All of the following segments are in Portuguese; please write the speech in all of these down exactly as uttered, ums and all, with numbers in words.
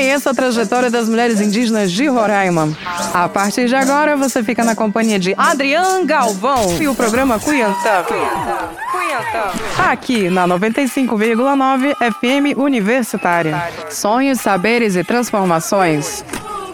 Conheça a trajetória das mulheres indígenas de Roraima. A partir de agora, você fica na companhia de Adrian Galvão e o programa Cunhantã. Aqui na noventa e cinco vírgula nove F M Universitária. Sonhos, saberes e transformações.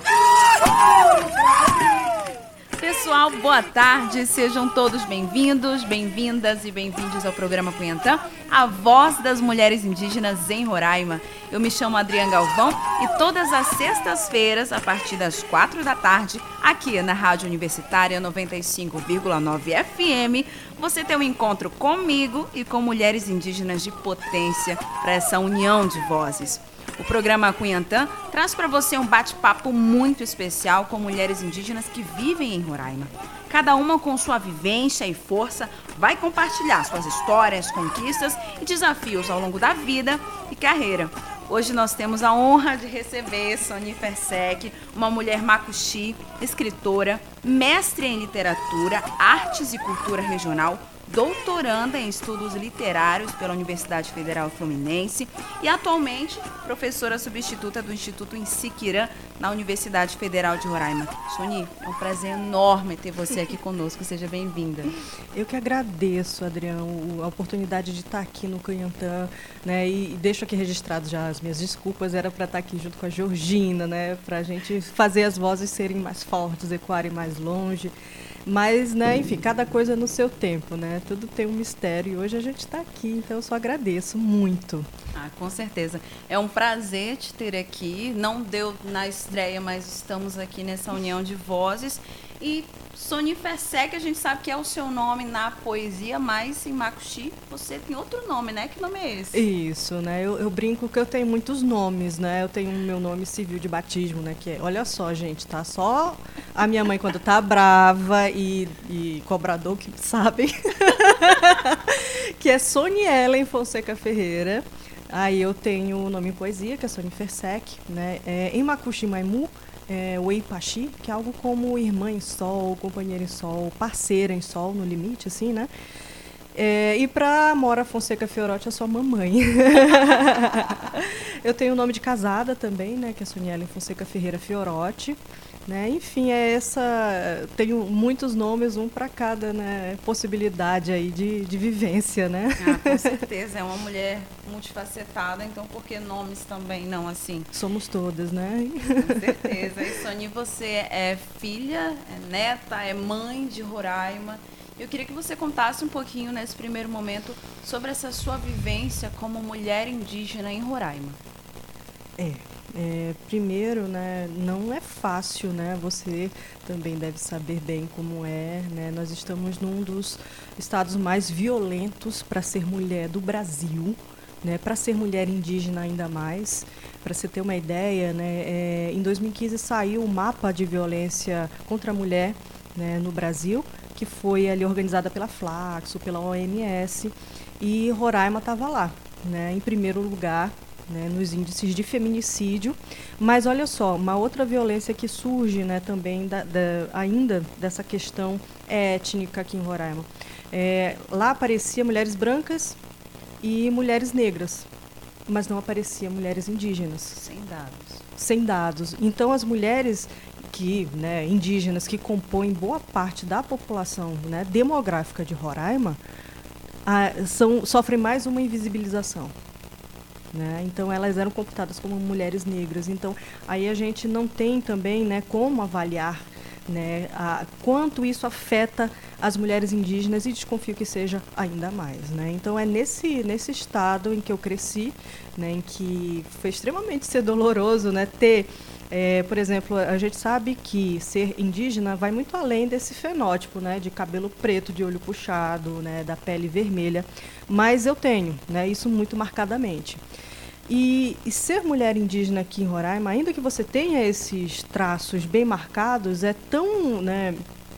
Pessoal, boa tarde, sejam todos bem-vindos, bem-vindas e bem-vindos ao programa Cunhantã, a voz das mulheres indígenas em Roraima. Eu me chamo Adriana Galvão e todas as sextas-feiras, a partir das quatro da tarde, aqui na Rádio Universitária noventa e cinco vírgula nove F M, você tem um encontro comigo e com mulheres indígenas de potência para essa união de vozes. O programa Cunhantã traz para você um bate-papo muito especial com mulheres indígenas que vivem em Roraima. Cada uma com sua vivência e força vai compartilhar suas histórias, conquistas e desafios ao longo da vida e carreira. Hoje nós temos a honra de receber Soni Fersek, uma mulher macuxi, escritora, mestre em literatura, artes e cultura regional, doutoranda em estudos literários pela Universidade Federal Fluminense e atualmente professora substituta do Instituto Insiquirã na Universidade Federal de Roraima. Soni, é um prazer enorme ter você aqui conosco, seja bem-vinda. Eu que agradeço, Adriano, a oportunidade de estar aqui no Cunhantã, né, e deixo aqui registrado já as minhas desculpas, era para estar aqui junto com a Georgina, né, para a gente fazer as vozes serem mais fortes, ecoarem mais longe. Mas, né, enfim, cada coisa no seu tempo, né? Tudo tem um mistério e hoje a gente está aqui, então eu só agradeço muito. Ah, com certeza. É um prazer te ter aqui. Não deu na estreia, mas estamos aqui nessa união de vozes. E Soni Fersek, a gente sabe que é o seu nome na poesia, mas em macuxi você tem outro nome, né? Que nome é esse? Isso, né? Eu, eu brinco que eu tenho muitos nomes, né? Eu tenho o meu nome civil de batismo, né? Que é, olha só, gente, tá? Só a minha mãe quando tá brava e, e cobrador que sabem. Que é Soni Ellen Fonseca Ferreira. Aí eu tenho o nome em poesia, que é Soni Fersek, né? É, em macuxi maimu, é, o Eipaxi, que é algo como irmã em sol, companheira em sol, parceira em sol, no limite, assim, né? É, e para Mora Fonseca Fiorotti, a sua mamãe. Eu tenho o nome de casada também, né? Que é Soni Ellen Fonseca Ferreira Fiorotti. Né? Enfim, é essa. Tenho muitos nomes, um para cada, né, possibilidade aí de, de vivência, né? Ah, com certeza, é uma mulher multifacetada, então por que nomes também não assim? Somos todas, né? Com certeza. E Soni, você é filha, é neta, é mãe de Roraima. Eu queria que você contasse um pouquinho nesse primeiro momento sobre essa sua vivência como mulher indígena em Roraima. É. É, primeiro, né, não é fácil, né? Você também deve saber bem como é, né? Nós estamos num dos estados mais violentos para ser mulher do Brasil, né? Para ser mulher indígena ainda mais. Para você ter uma ideia, né, é, em dois mil e quinze saiu o mapa de violência contra a mulher, né, no Brasil, que foi ali organizada pela Flaxo, pela O M S, e Roraima estava lá, né, em primeiro lugar, né, nos índices de feminicídio. Mas olha só, uma outra violência que surge, né, também da, da, ainda dessa questão étnica aqui em Roraima. É, lá aparecia mulheres brancas e mulheres negras, mas não aparecia mulheres indígenas. Sem dados. Sem dados. Então as mulheres que, né, indígenas que compõem boa parte da população, né, demográfica de Roraima, a, são, sofrem mais uma invisibilização. Né? Então elas eram computadas como mulheres negras. Então aí a gente não tem também, né, como avaliar, né, a, quanto isso afeta as mulheres indígenas, e desconfio que seja ainda mais. Né? Então é nesse, nesse estado em que eu cresci, né, em que foi extremamente ser doloroso, né, ter, é, por exemplo, a gente sabe que ser indígena vai muito além desse fenótipo, né, de cabelo preto, de olho puxado, né, da pele vermelha, mas eu tenho, né, isso muito marcadamente. E, e ser mulher indígena aqui em Roraima, ainda que você tenha esses traços bem marcados, é tão, né,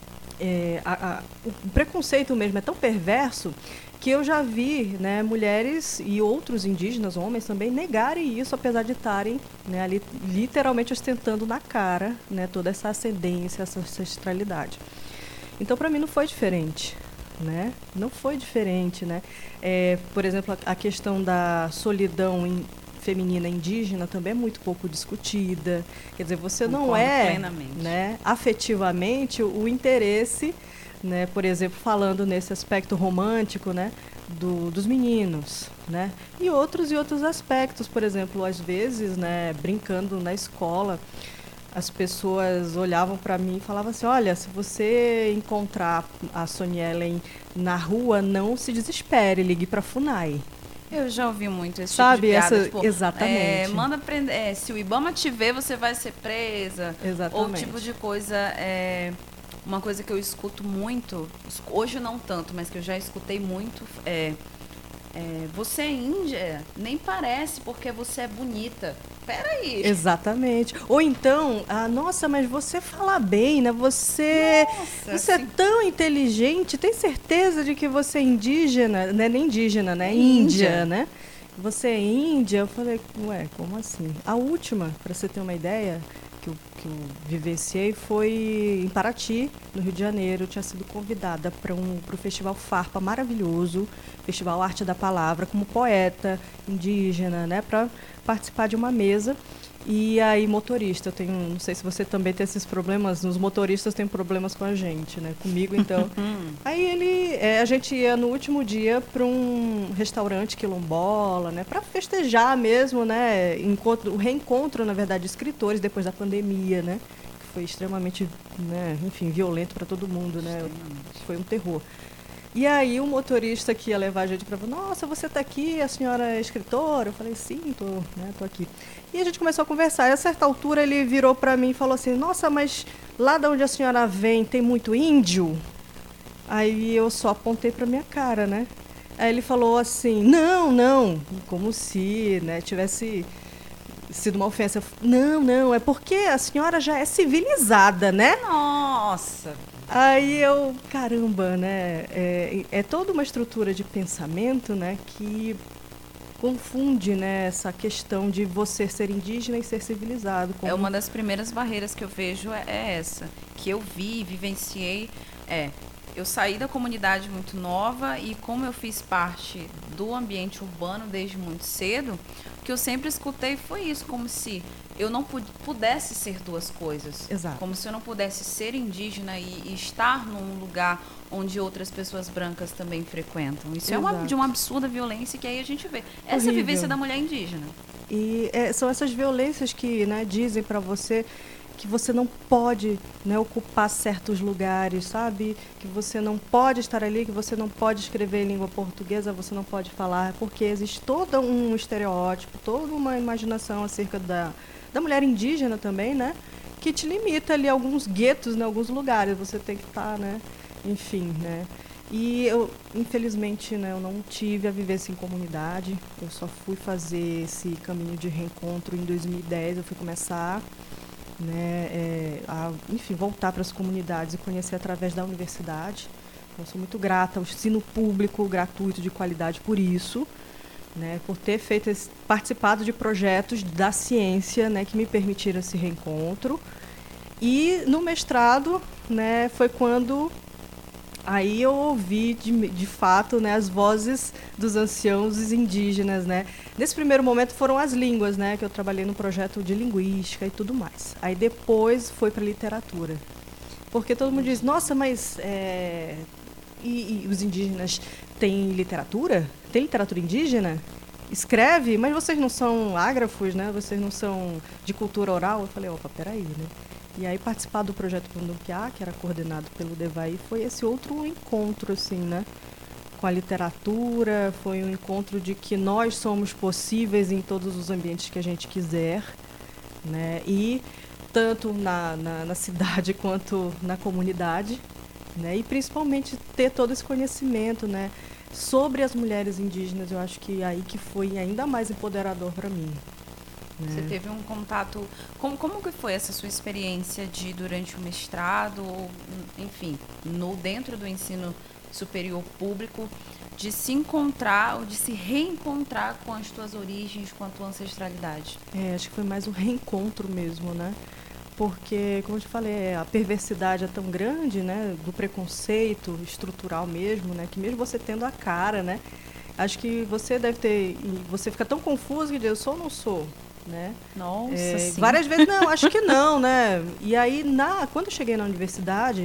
é, a, a, o preconceito mesmo é tão perverso que eu já vi, né, mulheres e outros indígenas, homens também, negarem isso, apesar de estarem, né, ali, literalmente ostentando na cara, né, toda essa ascendência, essa ancestralidade. Então, para mim, não foi diferente. Né? Não foi diferente. Né? É, por exemplo, a, a questão da solidão em, feminina indígena também é muito pouco discutida. Quer dizer, você Concordo não é, plenamente. né, afetivamente o interesse, né, por exemplo, falando nesse aspecto romântico, né, do, dos meninos, né, e outros e outros aspectos, por exemplo, às vezes, né, brincando na escola, as pessoas olhavam para mim e falavam assim, olha, se você encontrar a Sônia Ellen na rua, não se desespere, ligue para a FUNAI. Eu já ouvi muito esse Sabe, tipo de piada, essa, tipo, exatamente. É, manda prender, é, se o Ibama te ver, você vai ser presa. Exatamente. Ou tipo de coisa, é, uma coisa que eu escuto muito, hoje não tanto, mas que eu já escutei muito, é, é você é índia, nem parece porque você é bonita. Peraí. Exatamente. Ou então, ah, nossa, mas você fala bem, né? Você, Nossa, você assim, é tão inteligente, tem certeza de que você é indígena? Não é nem indígena, né? É Índia, índia. né? Você é índia? Eu falei, ué, como assim? A última, para você ter uma ideia, que eu, que eu vivenciei foi em Paraty, no Rio de Janeiro. Eu tinha sido convidada para um, para o Festival Farpa maravilhoso, Festival Arte da Palavra, como poeta indígena, né? Para participar de uma mesa. E aí, motorista, eu tenho, não sei se você também tem esses problemas, os motoristas têm problemas com a gente, né? Comigo, então. Aí ele, é, a gente ia no último dia para um restaurante quilombola, né? Para festejar mesmo, né? Encontro, o reencontro, na verdade, de escritores depois da pandemia, né? Que foi extremamente, né? Enfim, violento para todo mundo, né? Foi um terror. E aí o motorista que ia levar a gente para nossa, você está aqui, a senhora é escritora? Eu falei, sim, tô, né, tô aqui. E a gente começou a conversar. E a certa altura ele virou para mim e falou assim, nossa, mas lá de onde a senhora vem tem muito índio? Aí eu só apontei para minha cara, né? Aí ele falou assim, não, não, como se, né, tivesse sido uma ofensa. Não, não, é porque a senhora já é civilizada, né? Nossa. Aí eu, caramba, né? É, é toda uma estrutura de pensamento, né, que confunde, né, essa questão de você ser indígena e ser civilizado. Como... É uma das primeiras barreiras que eu vejo é, é essa, que eu vi, vivenciei, é, eu saí da comunidade muito nova e como eu fiz parte do ambiente urbano desde muito cedo, o que eu sempre escutei foi isso, como se eu não pudesse ser duas coisas. Exato. Como se eu não pudesse ser indígena e, e estar num lugar onde outras pessoas brancas também frequentam. Isso Exato. é uma, de uma absurda violência que aí a gente vê. Essa é a Horrível. vivência da mulher indígena. E é, são essas violências que, né, dizem para você que você não pode, né, ocupar certos lugares, sabe? Que você não pode estar ali, que você não pode escrever em língua portuguesa, você não pode falar, porque existe todo um estereótipo, toda uma imaginação acerca da, da mulher indígena também, né? Que te limita ali a alguns guetos, em alguns lugares. Você tem que estar, né? Enfim, né? E eu, infelizmente, né, eu não tive a vivência em comunidade. Eu só fui fazer esse caminho de reencontro em dois mil e dez. Eu fui começar, né, é, a, enfim, voltar para as comunidades e conhecer através da universidade. Eu sou muito grata ao ensino público gratuito de qualidade por isso, né, por ter feito esse, participado de projetos da ciência, né, que me permitiram esse reencontro. E no mestrado, né, foi quando aí eu ouvi de, de fato, né, as vozes dos anciãos indígenas, né. Nesse primeiro momento foram as línguas, né, que eu trabalhei no projeto de linguística e tudo mais. Aí depois foi para literatura, porque todo mundo diz, nossa, mas é, e, e os indígenas têm literatura? Tem literatura indígena? Escreve? Mas vocês não são ágrafos, né? Vocês não são de cultura oral? Eu falei, opa, peraí, né? E aí participar do projeto Pundumpiá, que era coordenado pelo Devaí, foi esse outro encontro, assim, né? Com a literatura, foi um encontro de que nós somos possíveis em todos os ambientes que a gente quiser, né? E tanto na, na, na cidade quanto na comunidade, né? E principalmente ter todo esse conhecimento, né, sobre as mulheres indígenas. Eu acho que aí que foi ainda mais empoderador para mim. Você teve um contato... Como, como que foi essa sua experiência de, durante o mestrado, ou, enfim, no, dentro do ensino superior público, de se encontrar ou de se reencontrar com as tuas origens, com a tua ancestralidade? É, acho que foi mais um reencontro mesmo, né? Porque, como eu te falei, a perversidade é tão grande, né, do preconceito estrutural mesmo, né, que mesmo você tendo a cara, né, Acho que você deve ter... Você fica tão confuso que diz, eu sou ou não sou? Né? Nossa, é, sim. Várias vezes, não, acho que não, né? E aí, na, quando eu cheguei na universidade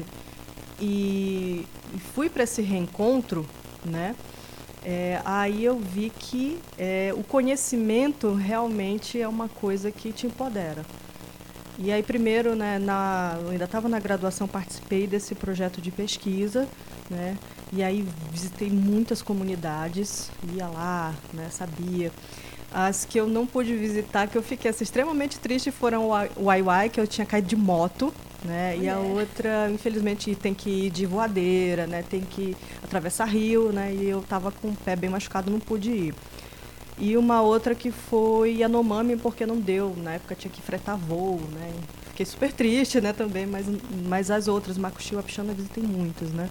e, e fui para esse reencontro, né? É, aí eu vi que é, o conhecimento realmente é uma coisa que te empodera. E aí, primeiro, né, na, eu ainda estava na graduação, participei desse projeto de pesquisa, né? E aí visitei muitas comunidades, ia lá, né, sabia. As que eu não pude visitar, que eu fiquei assim, extremamente triste, foram o Uai-Uai, que eu tinha caído de moto, né? E a outra, infelizmente, tem que ir de voadeira, né? Tem que atravessar rio, né? E eu estava com o pé bem machucado, não pude ir. E uma outra que foi Yanomami, porque não deu, na época tinha que fretar voo, né? Fiquei super triste, né, também, mas, mas as outras, Makuxi e Wapixana, eu visitei muitas, né?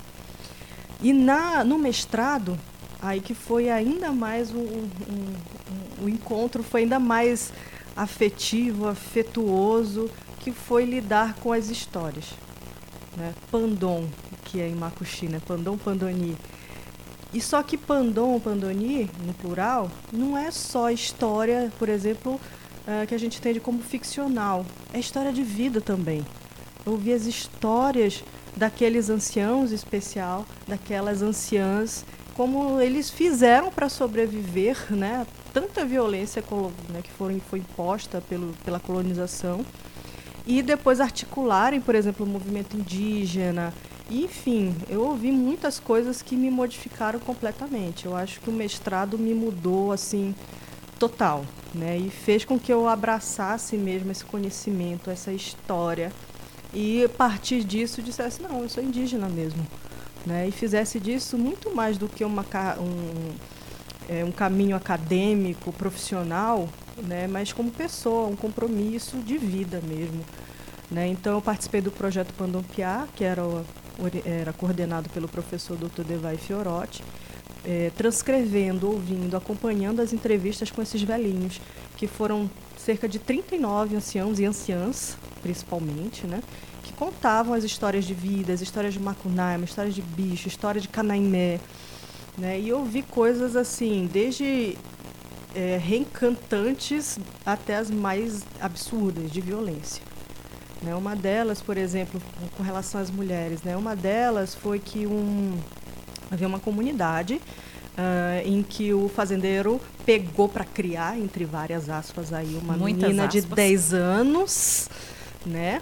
E na, no mestrado, aí que foi ainda mais um, um, um, um encontro, foi ainda mais afetivo, afetuoso, que foi lidar com as histórias, né? Pandon, que é em Makuxi, né? Pandon, Pandoni. E só que Pandon, Pandoni, no plural, não é só história, por exemplo, uh, que a gente entende como ficcional. É história de vida também. Eu ouvi as histórias daqueles anciãos em especial, daquelas anciãs, como eles fizeram para sobreviver, né? Tanta violência, né, que foi, foi imposta pelo, pela colonização. E depois articularem, por exemplo, o movimento indígena. Enfim, eu ouvi muitas coisas que me modificaram completamente. Eu acho que o mestrado me mudou, assim, total, né? E fez com que eu abraçasse mesmo esse conhecimento, essa história. E, a partir disso, dissesse, não, eu sou indígena mesmo. Né? E fizesse disso muito mais do que uma, um, é, um caminho acadêmico, profissional, né? Mas como pessoa, um compromisso de vida mesmo. Né? Então, eu participei do projeto Pandompiá, que era, o, era coordenado pelo professor doutor Devay Fiorotti, é, transcrevendo, ouvindo, acompanhando as entrevistas com esses velhinhos, que foram cerca de trinta e nove anciãos e anciãs, principalmente, né? Que contavam as histórias de vida, as histórias de Macunaíma, histórias de bicho, história de Canaimé. Né? E eu vi coisas assim, desde é, reencantantes até as mais absurdas, de violência. Né? Uma delas, por exemplo, com relação às mulheres, né? Uma delas foi que um, havia uma comunidade uh, em que o fazendeiro pegou para criar, entre várias aspas, aí, uma Muitas menina aspas. de dez anos, né?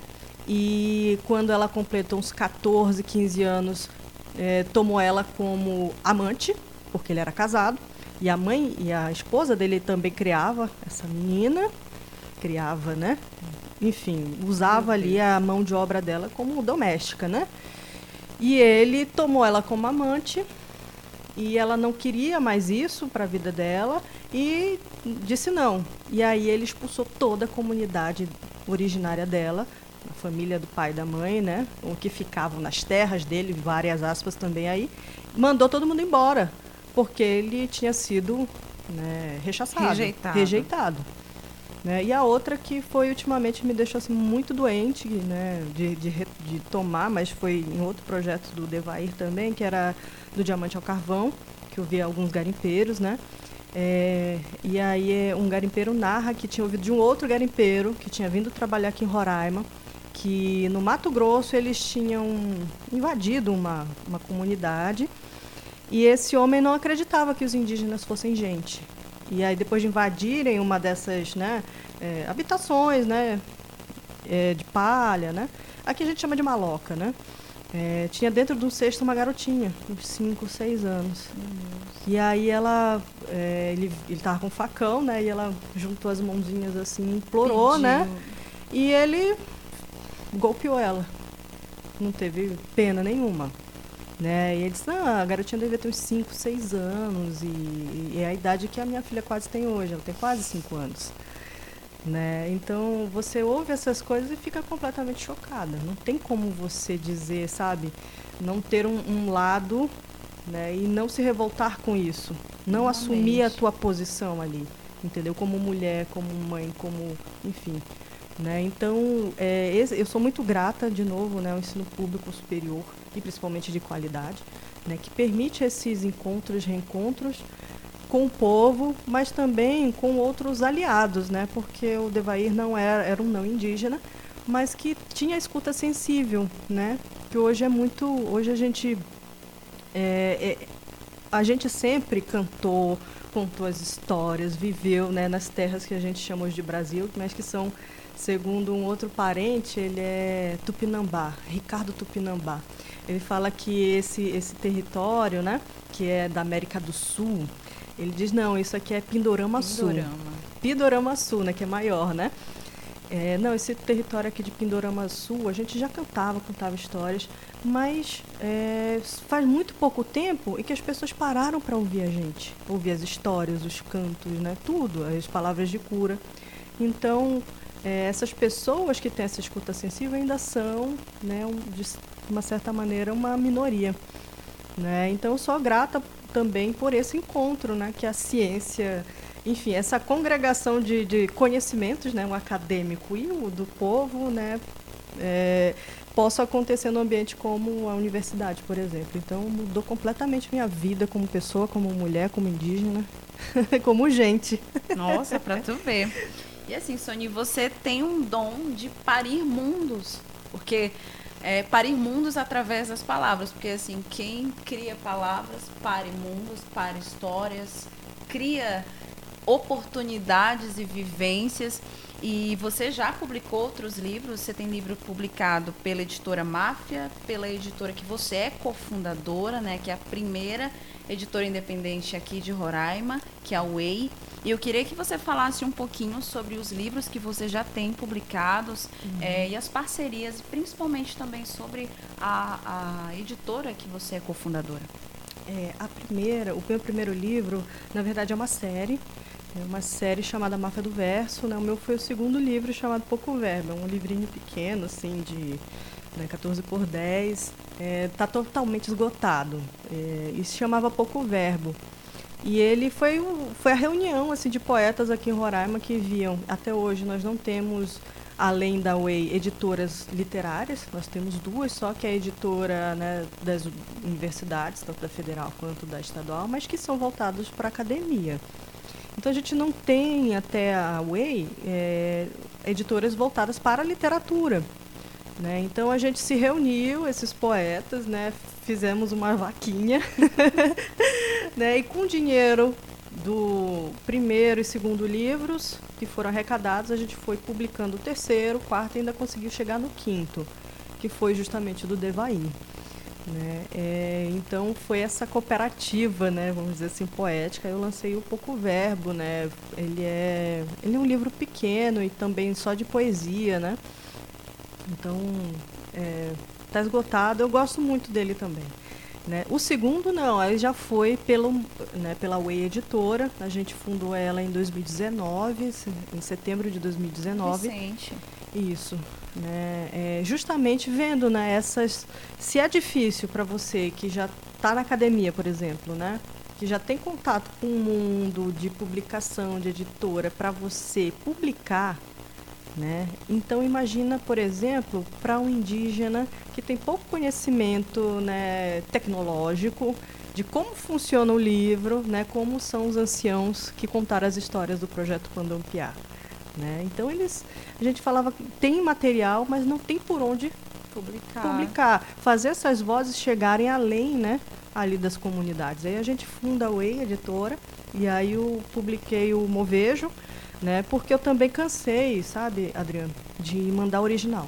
E quando ela completou uns catorze, quinze anos, eh, tomou ela como amante, porque ele era casado. E a mãe e a esposa dele também criava essa menina, criava, né? Enfim, usava ali a mão de obra dela como doméstica, né? E ele tomou ela como amante e ela não queria mais isso para a vida dela e disse não. E aí ele expulsou toda a comunidade originária dela, a família do pai e da mãe, né? O que ficavam nas terras dele, várias aspas também aí, mandou todo mundo embora, porque ele tinha sido, né, rechaçado, rejeitado. rejeitado. Né? E a outra que foi, ultimamente, me deixou assim, muito doente, né, de, de, de tomar, mas foi em outro projeto do Devair também, que era do Diamante ao Carvão, que eu vi alguns garimpeiros, né? É, e aí um garimpeiro narra que tinha ouvido de um outro garimpeiro que tinha vindo trabalhar aqui em Roraima, que no Mato Grosso eles tinham invadido uma, uma comunidade e esse homem não acreditava que os indígenas fossem gente. E aí depois de invadirem uma dessas, né, é, habitações, né, é, de palha, né, aqui a gente chama de maloca, né, é, tinha dentro de um cesto uma garotinha, uns cinco, seis anos. E aí ela, é, ele estava com um facão, né, e ela juntou as mãozinhas assim, implorou, Pediu. né, e ele golpeou ela, não teve pena nenhuma. Né? E ele disse, não, a garotinha devia ter uns cinco, seis anos, e, e é a idade que a minha filha quase tem hoje, ela tem quase cinco anos. Né? Então, você ouve essas coisas e fica completamente chocada. Não tem como você dizer, sabe, não ter um, um lado, né, e não se revoltar com isso. Não Realmente. assumir a tua posição ali, entendeu? Como mulher, como mãe, como, enfim. Né? Então, é, esse, eu sou muito grata, de novo, né, ao ensino público superior, e principalmente de qualidade, né, que permite esses encontros, reencontros, com o povo, mas também com outros aliados, né? Porque o Devair não era, era um não indígena, mas que tinha escuta sensível, né? Que hoje é muito, hoje a gente é, é, a gente sempre cantou, contou as histórias, viveu, né, nas terras que a gente chama hoje de Brasil, mas que são, segundo um outro parente, ele é Tupinambá, Ricardo Tupinambá. Ele fala que esse, esse território, né, que é da América do Sul, ele diz, não, isso aqui é Pindorama Sul. Pindorama. Pindorama Sul, né, que é maior, né? É, não, esse território aqui de Pindorama Sul, a gente já cantava, contava histórias, mas é, faz muito pouco tempo em que as pessoas pararam para ouvir a gente, ouvir as histórias, os cantos, né, tudo, as palavras de cura. Então, é, essas pessoas que têm essa escuta sensível ainda são, né, um, de uma certa maneira, uma minoria. Né? Então, eu sou grata também por esse encontro, né, que a ciência... Enfim, essa congregação de, de conhecimentos, né, o acadêmico e o do povo, né, é, possa acontecer num ambiente como a universidade, por exemplo. Então, mudou completamente minha vida como pessoa, como mulher, como indígena, como gente. Nossa, pra tu ver. E assim, Sônia, você tem um dom de parir mundos, porque é, parir mundos através das palavras, porque assim, quem cria palavras, pare mundos, pare histórias, cria oportunidades e vivências. E você já publicou outros livros, você tem livro publicado pela editora Máfia, pela editora que você é cofundadora, né, que é a primeira editora independente aqui de Roraima, que é a U E I. E eu queria que você falasse um pouquinho sobre os livros que você já tem publicados, uhum. é, e as parcerias, principalmente também sobre a, a editora que você é cofundadora. É, a primeira, o meu primeiro livro, na verdade, é uma série. É uma série chamada Máfia do Verso, né? O meu foi o segundo livro, chamado Pouco Verbo. É um livrinho pequeno, assim, de né, quatorze por dez. Está é, totalmente esgotado. É, e se chamava Pouco Verbo. E ele foi, o, foi a reunião assim, de poetas aqui em Roraima que viam. Até hoje nós não temos, além da U E I, editoras literárias. Nós temos duas só, que é a editora, né, das universidades, tanto da federal quanto da estadual, mas que são voltadas para a academia. Então, a gente não tem, até a U E I, é, editoras voltadas para a literatura. Né? Então, a gente se reuniu, esses poetas, né, fizemos uma vaquinha, né, e com o dinheiro do primeiro e segundo livros que foram arrecadados, a gente foi publicando o terceiro, o quarto e ainda conseguiu chegar no quinto, que foi justamente do Devair. Né? É, então foi essa cooperativa, né, vamos dizer assim, poética. Eu lancei o Pouco Verbo, né? Ele é, ele é um livro pequeno e também só de poesia, né? Então está é, esgotado. Eu gosto muito dele também. Né? O segundo não, aí já foi pelo, né, pela U E I Editora. A gente fundou ela em dois mil e dezenove, em setembro de dois mil e dezenove. Recente. Isso, né? É, justamente vendo, né, essas, se é difícil para você que já está na academia, por exemplo, né, que já tem contato com o mundo de publicação, de editora, para você publicar, né? Então imagina, por exemplo, para um indígena que tem pouco conhecimento, né, tecnológico de como funciona o livro, né, como são os anciãos que contaram as histórias do projeto Pandompiá. Né? Então eles, a gente falava que tem material, mas não tem por onde publicar. publicar, fazer essas vozes chegarem além, né, ali das comunidades. Aí a gente funda a U E I Editora e aí eu publiquei o Movejo, né, porque eu também cansei, sabe, Adriano, de mandar original.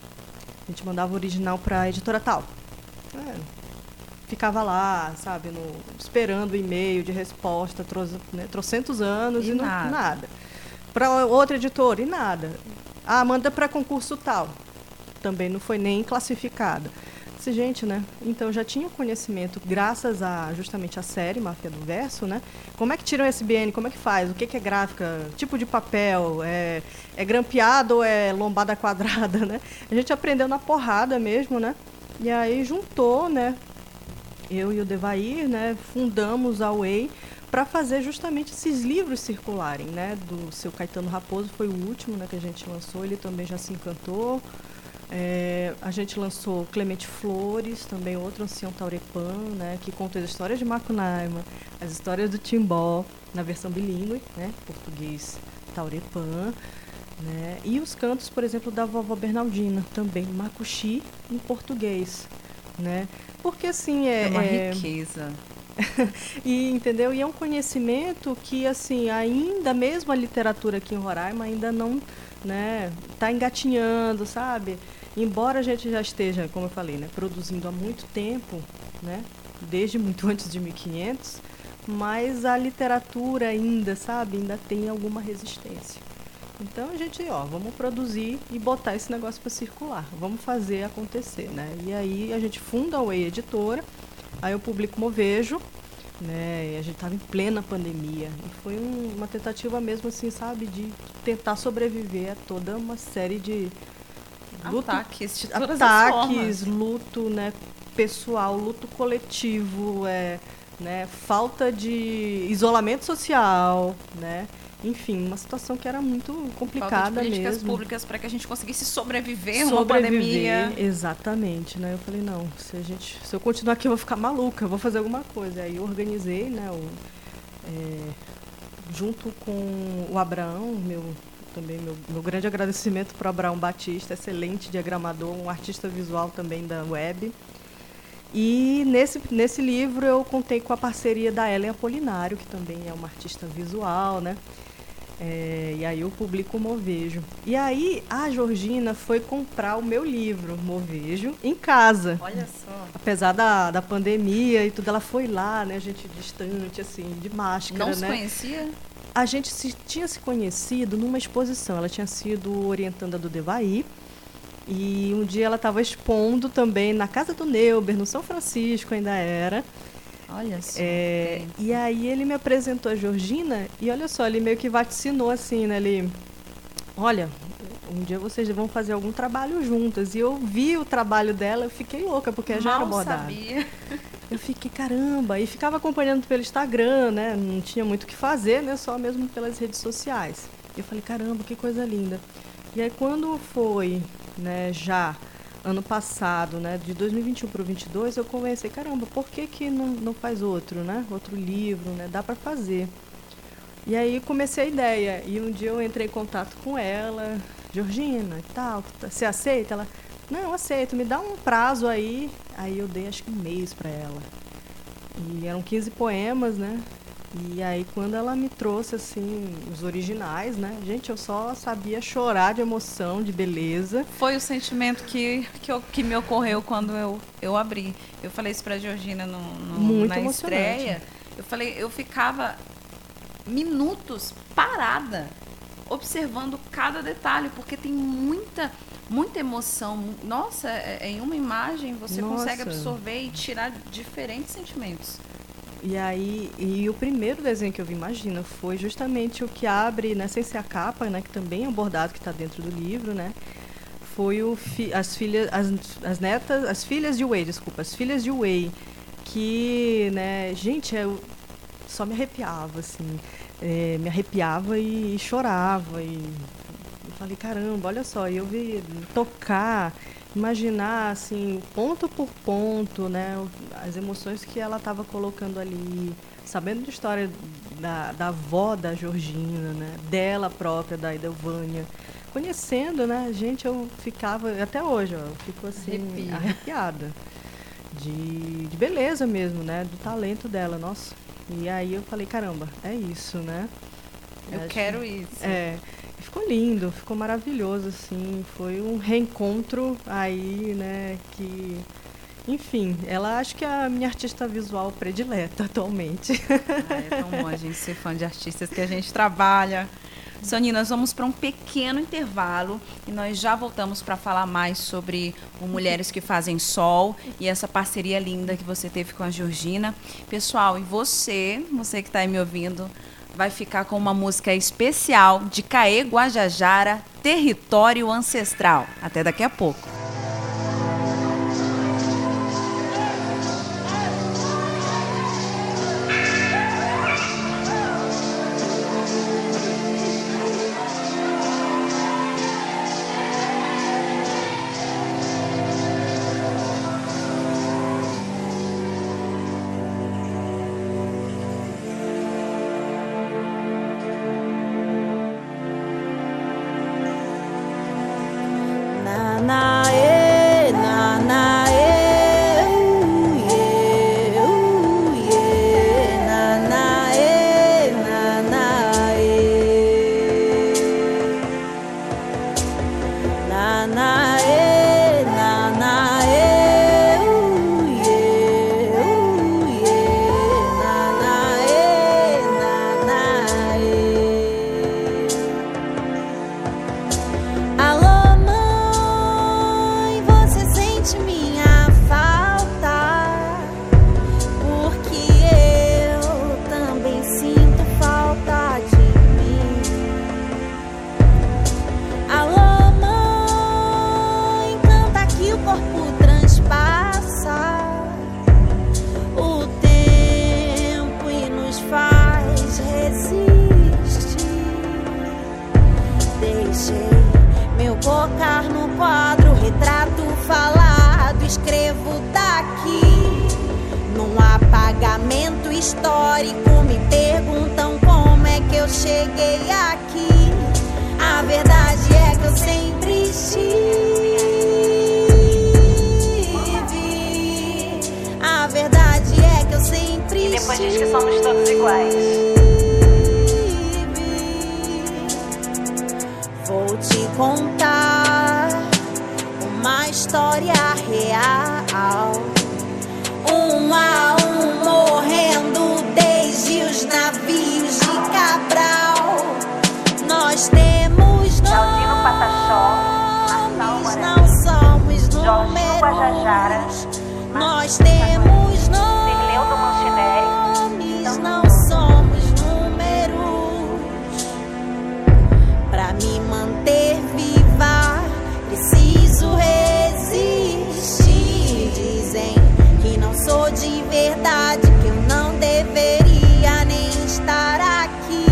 A gente mandava original para a editora tal. É, ficava lá, sabe, no, esperando o e-mail de resposta, troze, né, trocentos anos e, e não, nada. nada. Para outra editora, e nada. Ah, manda para concurso tal. Também não foi nem classificada. Disse, gente, né? Então, já tinha conhecimento, graças a justamente a série Máfia do Verso, né? Como é que tira o S B N? Como é que faz? O que, que é gráfica? Tipo de papel? É, é grampeado ou é lombada quadrada, né? A gente aprendeu na porrada mesmo, né? E aí juntou, né? Eu e o Devair, né? Fundamos a U E I para fazer justamente esses livros circularem, né? Do seu Caetano Raposo foi o último, né, que a gente lançou, ele também já se encantou. É, a gente lançou Clemente Flores, também outro ancião Taurepã, né, que conta as histórias de Macunaíma, as histórias do Timbó, na versão bilíngue, né, português Taurepã, né, e os cantos, por exemplo, da vovó Bernardina, também Macuxi, em português, né, porque assim é... É uma é... riqueza. E, entendeu? E é um conhecimento que, assim, ainda mesmo a literatura aqui em Roraima ainda não, né, está engatinhando, sabe? Embora a gente já esteja, como eu falei, né, produzindo há muito tempo, né, desde muito antes de mil e quinhentos, mas a literatura ainda, sabe, ainda tem alguma resistência. Então a gente, ó, vamos produzir e botar esse negócio para circular, vamos fazer acontecer, né? E aí a gente funda a Way Editora. Aí eu publico Movejo, né? E a gente estava em plena pandemia. E foi um, uma tentativa mesmo, assim, sabe, de tentar sobreviver a toda uma série de luto, ataques de todas as ataques, formas. luto, né, pessoal, luto coletivo, é, né, falta de isolamento social, né? Enfim, uma situação que era muito complicada Falta de políticas mesmo. públicas para que a gente conseguisse sobreviver, Sobreviver, uma pandemia. Exatamente, né? Eu falei, não, se, a gente, se eu continuar aqui eu vou ficar maluca, eu vou fazer alguma coisa. Aí eu organizei, né, o, é, junto com o Abraão, meu, também meu, meu grande agradecimento para o Abraão Batista, excelente diagramador, um artista visual também da web. E nesse, nesse livro eu contei com a parceria da Ellen Apolinário, que também é uma artista visual, né? É, e aí eu publico o Movejo. E aí a Georgina foi comprar o meu livro, Movejo, em casa. Olha só. Apesar da, da pandemia e tudo, ela foi lá, né, gente distante, assim, de máscara, Não né? se conhecia? A gente se, tinha se conhecido numa exposição. Ela tinha sido orientanda do Devaí. E um dia ela estava expondo também na casa do Neuber, no São Francisco ainda era. Olha só. É, e aí ele me apresentou a Georgina e olha só, ele meio que vaticinou assim, né? Ele, olha, um dia vocês vão fazer algum trabalho juntas. E eu vi o trabalho dela, eu fiquei louca, porque já era bordado. sabia. Eu fiquei, caramba, e ficava acompanhando pelo Instagram, né? Não tinha muito o que fazer, né? Só mesmo pelas redes sociais. Eu falei, caramba, que coisa linda. E aí quando foi, né, já ano passado, né, de dois mil e vinte e um para o vinte e dois, eu comecei, caramba, por que que não, não faz outro, né? Outro livro, né? Dá para fazer. E aí comecei a ideia. E um dia eu entrei em contato com ela, Georgina e tal, você aceita? Ela, não, aceito, me dá um prazo aí. Aí eu dei acho que um mês para ela. E eram quinze poemas, né? E aí quando ela me trouxe assim os originais, né? Gente, eu só sabia chorar de emoção, de beleza. Foi o sentimento que, que, eu, que me ocorreu quando eu, eu abri. Eu falei isso pra Georgina no, no, Muito na emocionante. estreia. Eu falei, eu ficava minutos parada, observando cada detalhe, porque tem muita, muita emoção. Nossa, em uma imagem você Nossa. consegue absorver e tirar diferentes sentimentos. E aí, e o primeiro desenho que eu vi, imagina, foi justamente o que abre, né, sem ser a capa, né, que também é um bordado que está dentro do livro, né, foi o fi, as filhas, as, as netas, as filhas de Way, desculpa, as filhas de Way, que, né, gente, eu só me arrepiava, assim, é, me arrepiava e, e chorava, e eu falei, caramba, olha só, e eu vi tocar, imaginar, assim, ponto por ponto, né, as emoções que ela estava colocando ali, sabendo da história da, da avó da Georgina, né, dela própria, da Idelvânia, conhecendo, né, gente, eu ficava, até hoje, ó, eu fico assim, Arrepia. arrepiada, de, de beleza mesmo, né, do talento dela, nossa, e aí eu falei, caramba, é isso, né. Eu Acho- quero isso. É, ficou lindo, ficou maravilhoso, assim, foi um reencontro aí, né, que, enfim, ela acho que é a minha artista visual predileta atualmente. Ah, é tão bom a gente ser fã de artistas que a gente trabalha. Sony, nós vamos para um pequeno intervalo e nós já voltamos para falar mais sobre o Mulheres que Fazem Sol e essa parceria linda que você teve com a Georgina. Pessoal, e você, você que está aí me ouvindo, vai ficar com uma música especial de Caê Guajajara, Território Ancestral. Até daqui a pouco. Nanaê, nanaê, uiê, uiê, nanaê, nanaê. Alô, mãe, você sente minha falta? Porque eu também sinto falta de mim. Alô, mãe, canta que o corpo transpassa o tempo e nos faz resistir. Deixei meu cocar no quadro, retrato falado, escrevo daqui. Num apagamento histórico, me perguntam como é que eu cheguei aqui. A verdade é que eu sempre estive. A verdade é que eu sempre estive. E depois diz que somos todos iguais. Vou te contar uma história real. Um a um morrendo desde os navios de Cabral. Nós temos Galdino Pataxó, nomes, Marçal não somos Jorginho Guajajara, números. Nós temos Zirleudo Mancinelli, nomes, não somos números. Pra me manter viva, preciso resistir. Dizem que não sou de verdade, que eu não deveria nem estar aqui.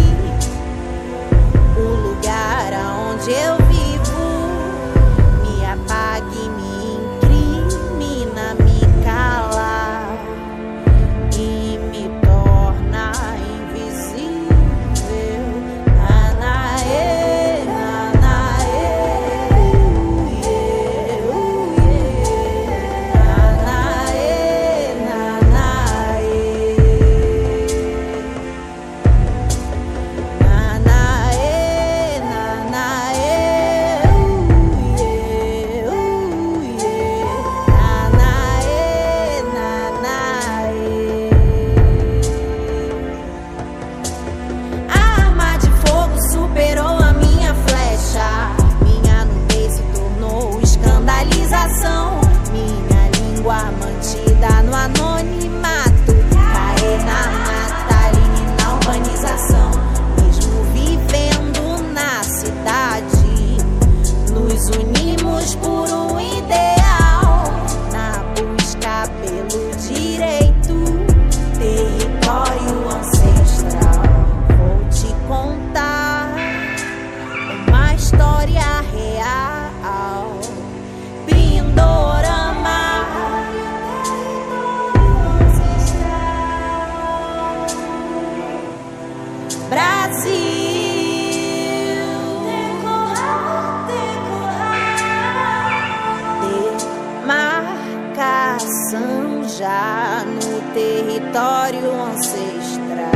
O lugar aonde eu vivo me apaga e me incrimina, me cala e me torna invisível. Nanaê, nanaê, uiê, uiê, nanaê, nanaê, nanaê, nanaê, uiê, uiê, nanaê, nanaê. A arma de fogo superou a minha flecha. Minha nudez se tornou escandalização. Minha língua mantida no anonimato cai na mataline, na urbanização. Mesmo vivendo na cidade, nos unimos por um ideal. Na busca pelo direito, território ancestral. Vou te contar uma história real. Pindorama, Brasil, demarcação já no território ancestral.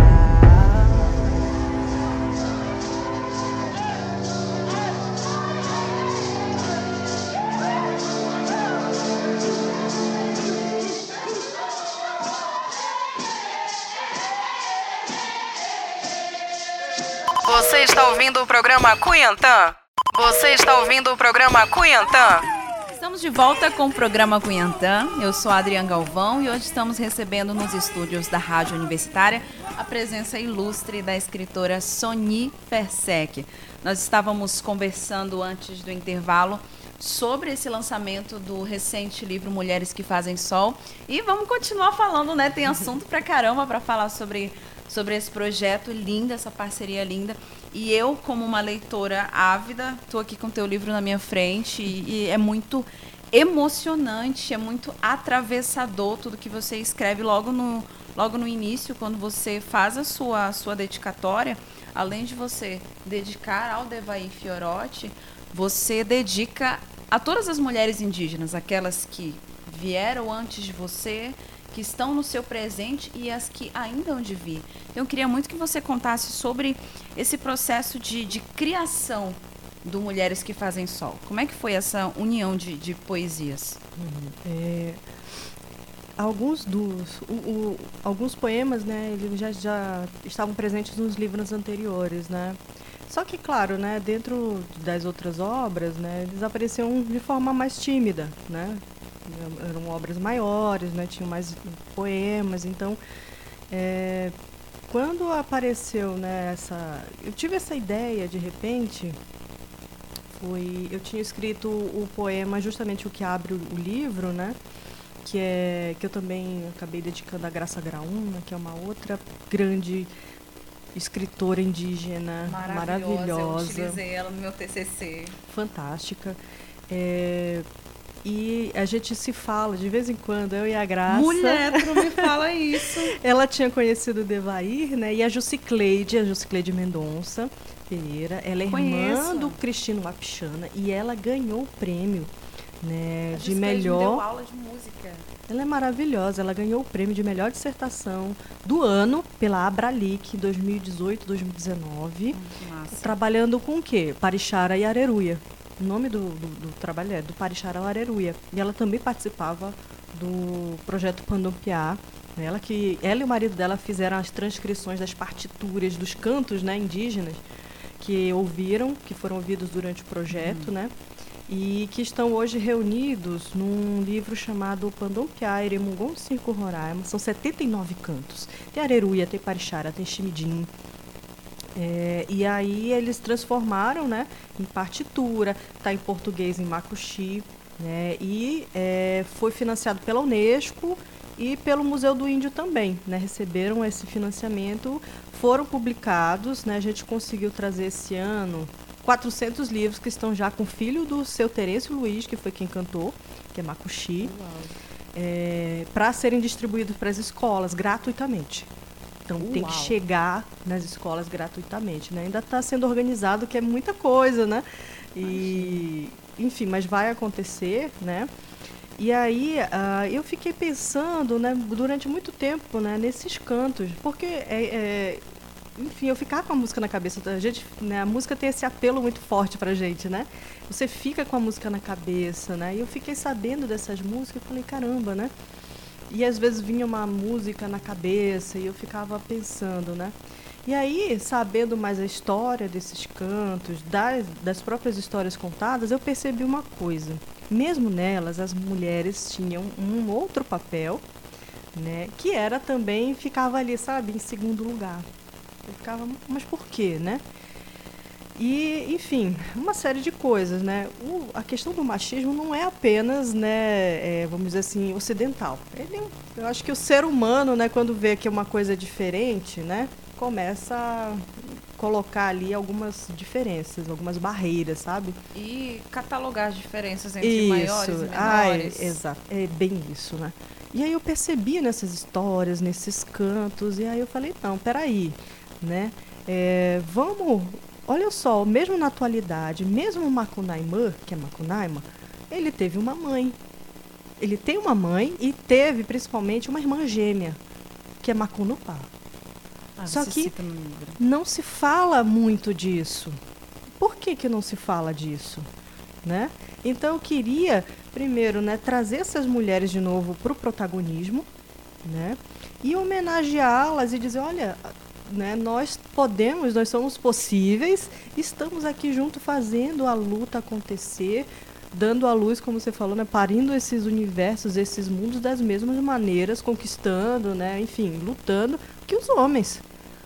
Você está ouvindo o programa Cunhantã? Você está ouvindo o programa Cunhantã? Estamos de volta com o programa Cunhantã. Eu sou a Adriana Galvão e hoje estamos recebendo nos estúdios da Rádio Universitária a presença ilustre da escritora Soni Fersek. Nós estávamos conversando antes do intervalo sobre esse lançamento do recente livro Mulheres que Fazem Sol e vamos continuar falando, né? Tem assunto pra caramba para falar sobre, sobre esse projeto lindo, essa parceria linda. E eu, como uma leitora ávida, estou aqui com o teu livro na minha frente e, e é muito emocionante, é muito atravessador tudo que você escreve logo no, logo no início, quando você faz a sua, a sua dedicatória. Além de você dedicar ao Devaí Fiorotti, você dedica a todas as mulheres indígenas, aquelas que vieram antes de você, que estão no seu presente e as que ainda hão de vir. Então, eu queria muito que você contasse sobre esse processo de, de criação do Mulheres que Fazem Sol. Como é que foi essa união de, de poesias? Uhum. É, alguns dos o, o, alguns poemas, né, eles já, já estavam presentes nos livros anteriores, né? Só que, claro, né, dentro das outras obras, né, eles apareciam de forma mais tímida, né? Eram obras maiores, né, tinham mais poemas, então é, quando apareceu, né, essa, eu tive essa ideia de repente. Foi, eu tinha escrito o poema, justamente o que abre o, o livro, né? Que, é, que eu também acabei dedicando a Graça Graúna, que é uma outra grande escritora indígena maravilhosa. maravilhosa. Eu utilizei ela no meu T C C. Fantástica. É, e a gente se fala de vez em quando, eu e a Graça. Mulher, tu não me fala isso. Ela tinha conhecido o Devair, né? E a Jucicleide, a Jucicleide Mendonça Pereira, ela é Conheço. irmã do Cristino Wapichana e ela ganhou o prêmio, né, A de Jucicleide melhor. me deu aula de música. Ela é maravilhosa, ela ganhou o prêmio de melhor dissertação do ano pela Abralic dois mil e dezoito, dois mil e dezenove, Hum, que massa. trabalhando com o quê? Parixara e Areruia. O nome do, do, do trabalho é do Parixara e Areruia. E ela também participava do projeto Pandompiá. Ela, que, ela e o marido dela fizeram as transcrições das partituras dos cantos, né, indígenas que ouviram, que foram ouvidos durante o projeto, uhum. né? E que estão hoje reunidos num livro chamado Pandompiá, Eremungon Circo Roraima. São setenta e nove cantos. Tem Areruia, tem Parixara, tem Chimidim. É, e aí eles transformaram, né, em partitura, está em português em Macuxi, né, e é, foi financiado pela Unesco e pelo Museu do Índio também, né, receberam esse financiamento, foram publicados, né, a gente conseguiu trazer esse ano quatrocentos livros que estão já com o filho do seu Terêncio Luiz, que foi quem cantou, que é Macuxi, é, para serem distribuídos para as escolas gratuitamente. Então Uau. tem que chegar nas escolas gratuitamente, né? Ainda está sendo organizado, que é muita coisa, né? E, enfim, mas vai acontecer, né? E aí uh, eu fiquei pensando, né, durante muito tempo, né, nesses cantos, porque é, é, enfim, eu ficava com a música na cabeça. A gente, né, a música tem esse apelo muito forte pra gente, né? Você fica com a música na cabeça, né? E eu fiquei sabendo dessas músicas e falei, caramba, né? E às vezes vinha uma música na cabeça e eu ficava pensando, né? E aí, sabendo mais a história desses cantos, das, das próprias histórias contadas, eu percebi uma coisa. Mesmo nelas, as mulheres tinham um outro papel, né? Que era também, ficava ali, sabe, em segundo lugar. Eu ficava, mas por quê, né? E, enfim, uma série de coisas, né? O, a questão do machismo não é apenas, né, é, vamos dizer assim, ocidental. Ele, eu acho que o ser humano, né, quando vê que é uma coisa diferente, né, começa a colocar ali algumas diferenças, algumas barreiras, sabe? E catalogar as diferenças entre isso. maiores e menores. Ai, exato, é bem isso, né? E aí eu percebi nessas histórias, nesses cantos, e aí eu falei, não, peraí, né? É, vamos... Olha só, mesmo na atualidade, mesmo o Macunaíma, que é Macunaíma, ele teve uma mãe. Ele tem uma mãe e teve, principalmente, uma irmã gêmea, que é Macunupá. Ah, Só que cita no livro. não se fala muito disso. Por que que não se fala disso? Né? Então, eu queria, primeiro, né, trazer essas mulheres de novo para o protagonismo, né, e homenageá-las e dizer, olha... Né, nós podemos, nós somos possíveis, estamos aqui junto fazendo a luta acontecer, dando à luz, como você falou, né, parindo esses universos, esses mundos das mesmas maneiras, conquistando, né, enfim, lutando que os homens.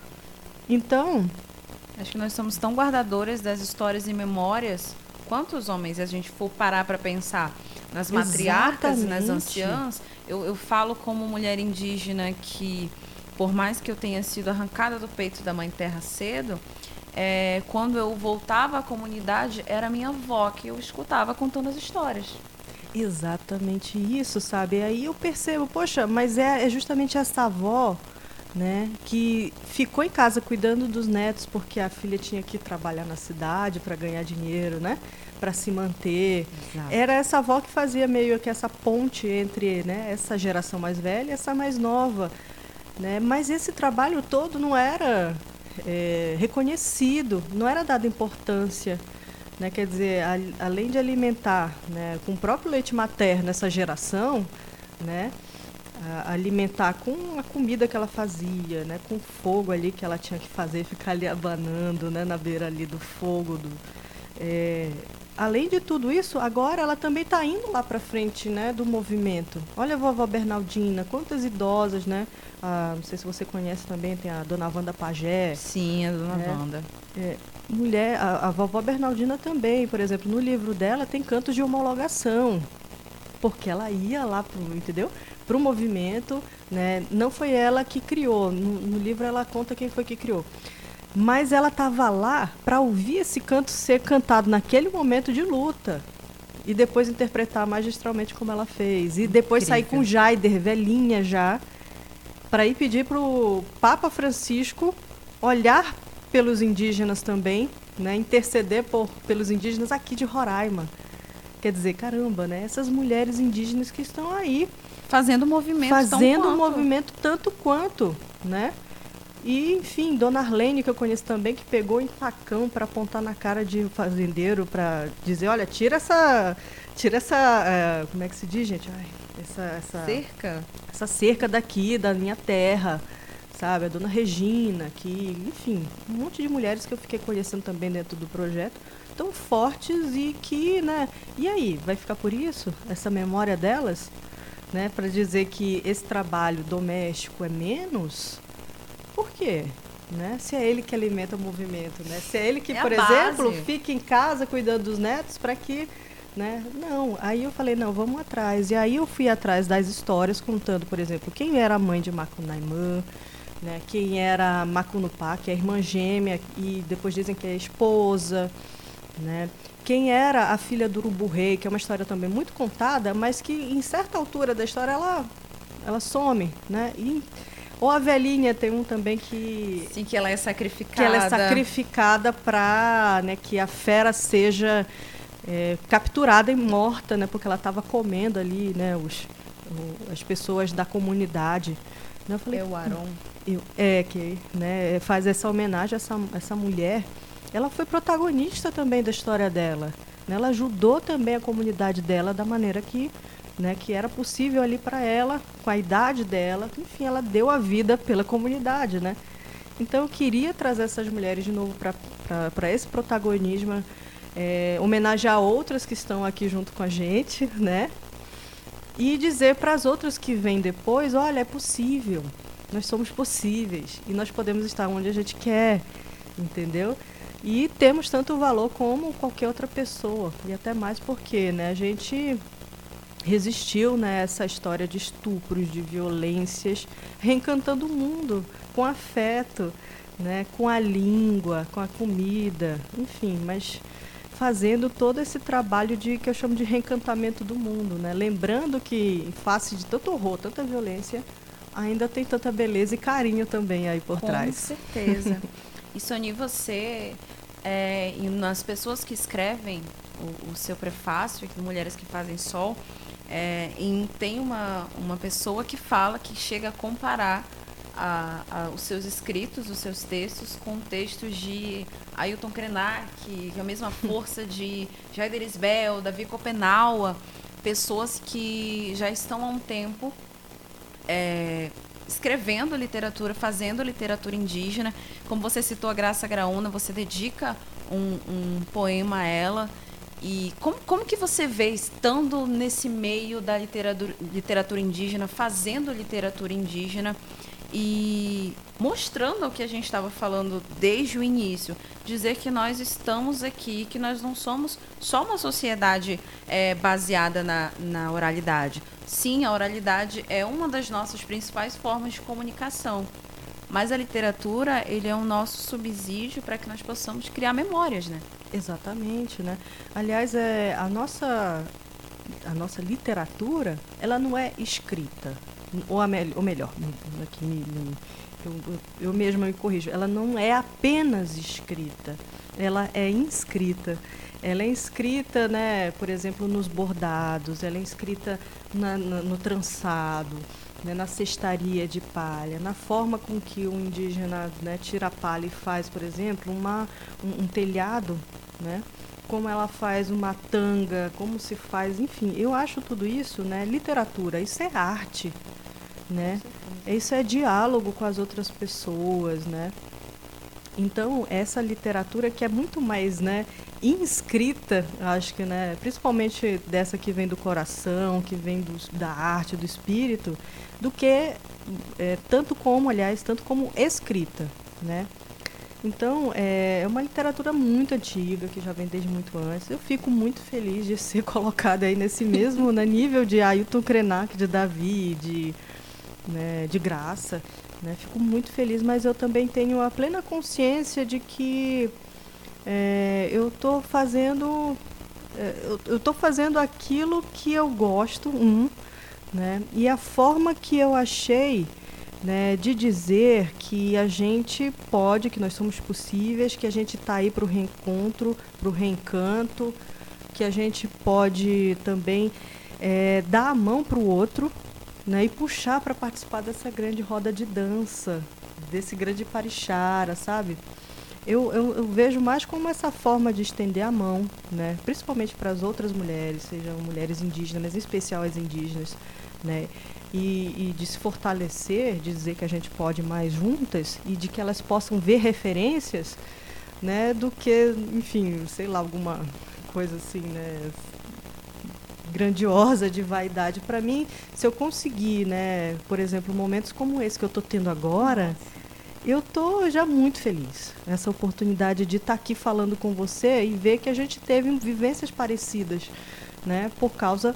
Então... Acho que nós somos tão guardadores das histórias e memórias quanto os homens, se a gente for parar para pensar nas matriarcas e nas anciãs. Eu, eu falo como mulher indígena que... Por mais que eu tenha sido arrancada do peito da Mãe Terra cedo, é, quando eu voltava à comunidade, era a minha avó que eu escutava contando as histórias. Exatamente isso, sabe? Aí eu percebo, poxa, mas é, é justamente essa avó, né, que ficou em casa cuidando dos netos porque a filha tinha que trabalhar na cidade para ganhar dinheiro, né, para se manter. Exato. Era essa avó que fazia meio que essa ponte entre, né, essa geração mais velha e essa mais nova. Né? Mas esse trabalho todo não era é, reconhecido, não era dada importância. né? Quer dizer, a, além de alimentar, né, com o próprio leite materno essa geração, né, a, alimentar com a comida que ela fazia, né, com o fogo ali que ela tinha que fazer, ficar ali abanando, né, na beira ali do fogo. Do, é, além de tudo isso, agora ela também está indo lá para frente, né, do movimento. Olha a vovó Bernaldina, quantas idosas, né? Ah, não sei se você conhece também, tem a dona Wanda Pagé. Sim, a dona né? Wanda. É, mulher, a, a vovó Bernaldina também, por exemplo, no livro dela tem cantos de homologação, porque ela ia lá pro, entendeu? Para o movimento, né? Não foi ela que criou, no, no livro ela conta quem foi que criou, mas ela estava lá para ouvir esse canto ser cantado naquele momento de luta e depois interpretar magistralmente como ela fez, e depois Incrível. sair com Jaider, velhinha já, para ir pedir para o Papa Francisco olhar pelos indígenas também, né, interceder por, pelos indígenas aqui de Roraima. Quer dizer, caramba, né, essas mulheres indígenas que estão aí Fazendo movimento fazendo tão um quanto. movimento tanto quanto, né? E, enfim, Dona Arlene, que eu conheço também, que pegou em facão para apontar na cara de fazendeiro, para dizer, olha, tira essa, tira essa, uh, como é que se diz, gente? Ai, essa, essa Cerca? essa cerca daqui, da minha terra, sabe? A Dona Regina, que, enfim, um monte de mulheres que eu fiquei conhecendo também dentro do projeto, tão fortes e que, né? E aí, vai ficar por isso? Essa memória delas, né? Para dizer que esse trabalho doméstico é menos? Por quê? Né? Se é ele que alimenta o movimento, né? Se é ele que, É a por base. exemplo, fica em casa cuidando dos netos para que, né? Não, aí eu falei, não, vamos atrás. E aí eu fui atrás das histórias, contando, por exemplo, quem era a mãe de Macunaímã, né? Quem era Macunupá, que é a irmã gêmea, e depois dizem que é a esposa, né? Quem era a filha do Urubu-Rei, que é uma história também muito contada, mas que em certa altura da história ela, ela some, né? E, ou a velhinha, tem um também que... Sim, que ela é sacrificada. Que ela é sacrificada para, né, que a fera seja é, capturada e morta, né, porque ela estava comendo ali, né, os, o, as pessoas da comunidade. Eu falei, É o Aron. Eu, é, que, né, faz essa homenagem a essa, essa mulher. Ela foi protagonista também da história dela, né? Ela ajudou também a comunidade dela da maneira que, né, que era possível ali para ela, com a idade dela. Enfim, ela deu a vida pela comunidade, né? Então, eu queria trazer essas mulheres de novo para esse protagonismo, é, homenagear outras que estão aqui junto com a gente, né? E dizer para as outras que vêm depois, olha, é possível, nós somos possíveis e nós podemos estar onde a gente quer, entendeu? E temos tanto valor como qualquer outra pessoa, e até mais porque, né, a gente resistiu, né, a essa história de estupros, de violências, reencantando o mundo com afeto, né, com a língua, com a comida, enfim, mas fazendo todo esse trabalho de que eu chamo de reencantamento do mundo, né? Lembrando que, em face de tanto horror, tanta violência, ainda tem tanta beleza e carinho também aí por Com trás. Com certeza. E, Soni, você, é, e nas pessoas que escrevem o, o seu prefácio, aqui, Mulheres que Fazem Sol, é, em, tem uma, uma pessoa que fala, que chega a comparar a, a, os seus escritos, os seus textos, com textos de Ailton Krenak, que é a mesma força de Jaider Isbel, Davi Copenaua, pessoas que já estão há um tempo é, escrevendo literatura, fazendo literatura indígena. Como você citou a Graça Graúna, você dedica um, um poema a ela. E como, como que você vê, estando nesse meio da literatura, literatura indígena, fazendo literatura indígena e mostrando o que a gente estava falando desde o início, dizer que nós estamos aqui, que nós não somos só uma sociedade é, baseada na, na oralidade. Sim, a oralidade é uma das nossas principais formas de comunicação, mas a literatura, ele é o nosso subsídio para que nós possamos criar memórias, né? Exatamente, né? Aliás, é, a nossa, a nossa literatura, ela não é escrita, ou, a me, ou melhor, aqui me, me, eu, eu mesma me corrijo, ela não é apenas escrita, ela é inscrita. Ela é inscrita, né, por exemplo, nos bordados, ela é inscrita na, na, no trançado, né, na cestaria de palha, na forma com que o indígena, né, tira a palha e faz, por exemplo, uma, um, um telhado, né, como ela faz uma tanga, como se faz, enfim, eu acho tudo isso, né, literatura, isso é arte, né? Isso é diálogo com as outras pessoas, né? Então, essa literatura que é muito mais, né, inscrita, acho que, né, principalmente dessa que vem do coração, que vem do, da arte, do espírito, do que, é, tanto como, aliás, tanto como escrita, né? Então, é uma literatura muito antiga, que já vem desde muito antes. Eu fico muito feliz de ser colocada aí nesse mesmo, né, nível de Ailton Krenak, de Davi, de, né, de Graça. Né? Fico muito feliz, mas eu também tenho a plena consciência de que é, eu estou fazendo, é, eu estou fazendo aquilo que eu gosto, um, né? E a forma que eu achei, né, de dizer que a gente pode, que nós somos possíveis, que a gente está aí para o reencontro, para o reencanto, que a gente pode também é, dar a mão para o outro, né, e puxar para participar dessa grande roda de dança, desse grande parichara, sabe? Eu, eu, eu vejo mais como essa forma de estender a mão, né, principalmente para as outras mulheres, sejam mulheres indígenas, em especial as indígenas, né, e, e de se fortalecer, de dizer que a gente pode mais juntas e de que elas possam ver referências, né, do que, enfim, sei lá, alguma coisa assim, né, grandiosa de vaidade. Para mim, se eu conseguir, né, por exemplo, momentos como esse que eu estou tendo agora, eu estou já muito feliz. Essa oportunidade de estar tá aqui falando com você e ver que a gente teve vivências parecidas, né, por causa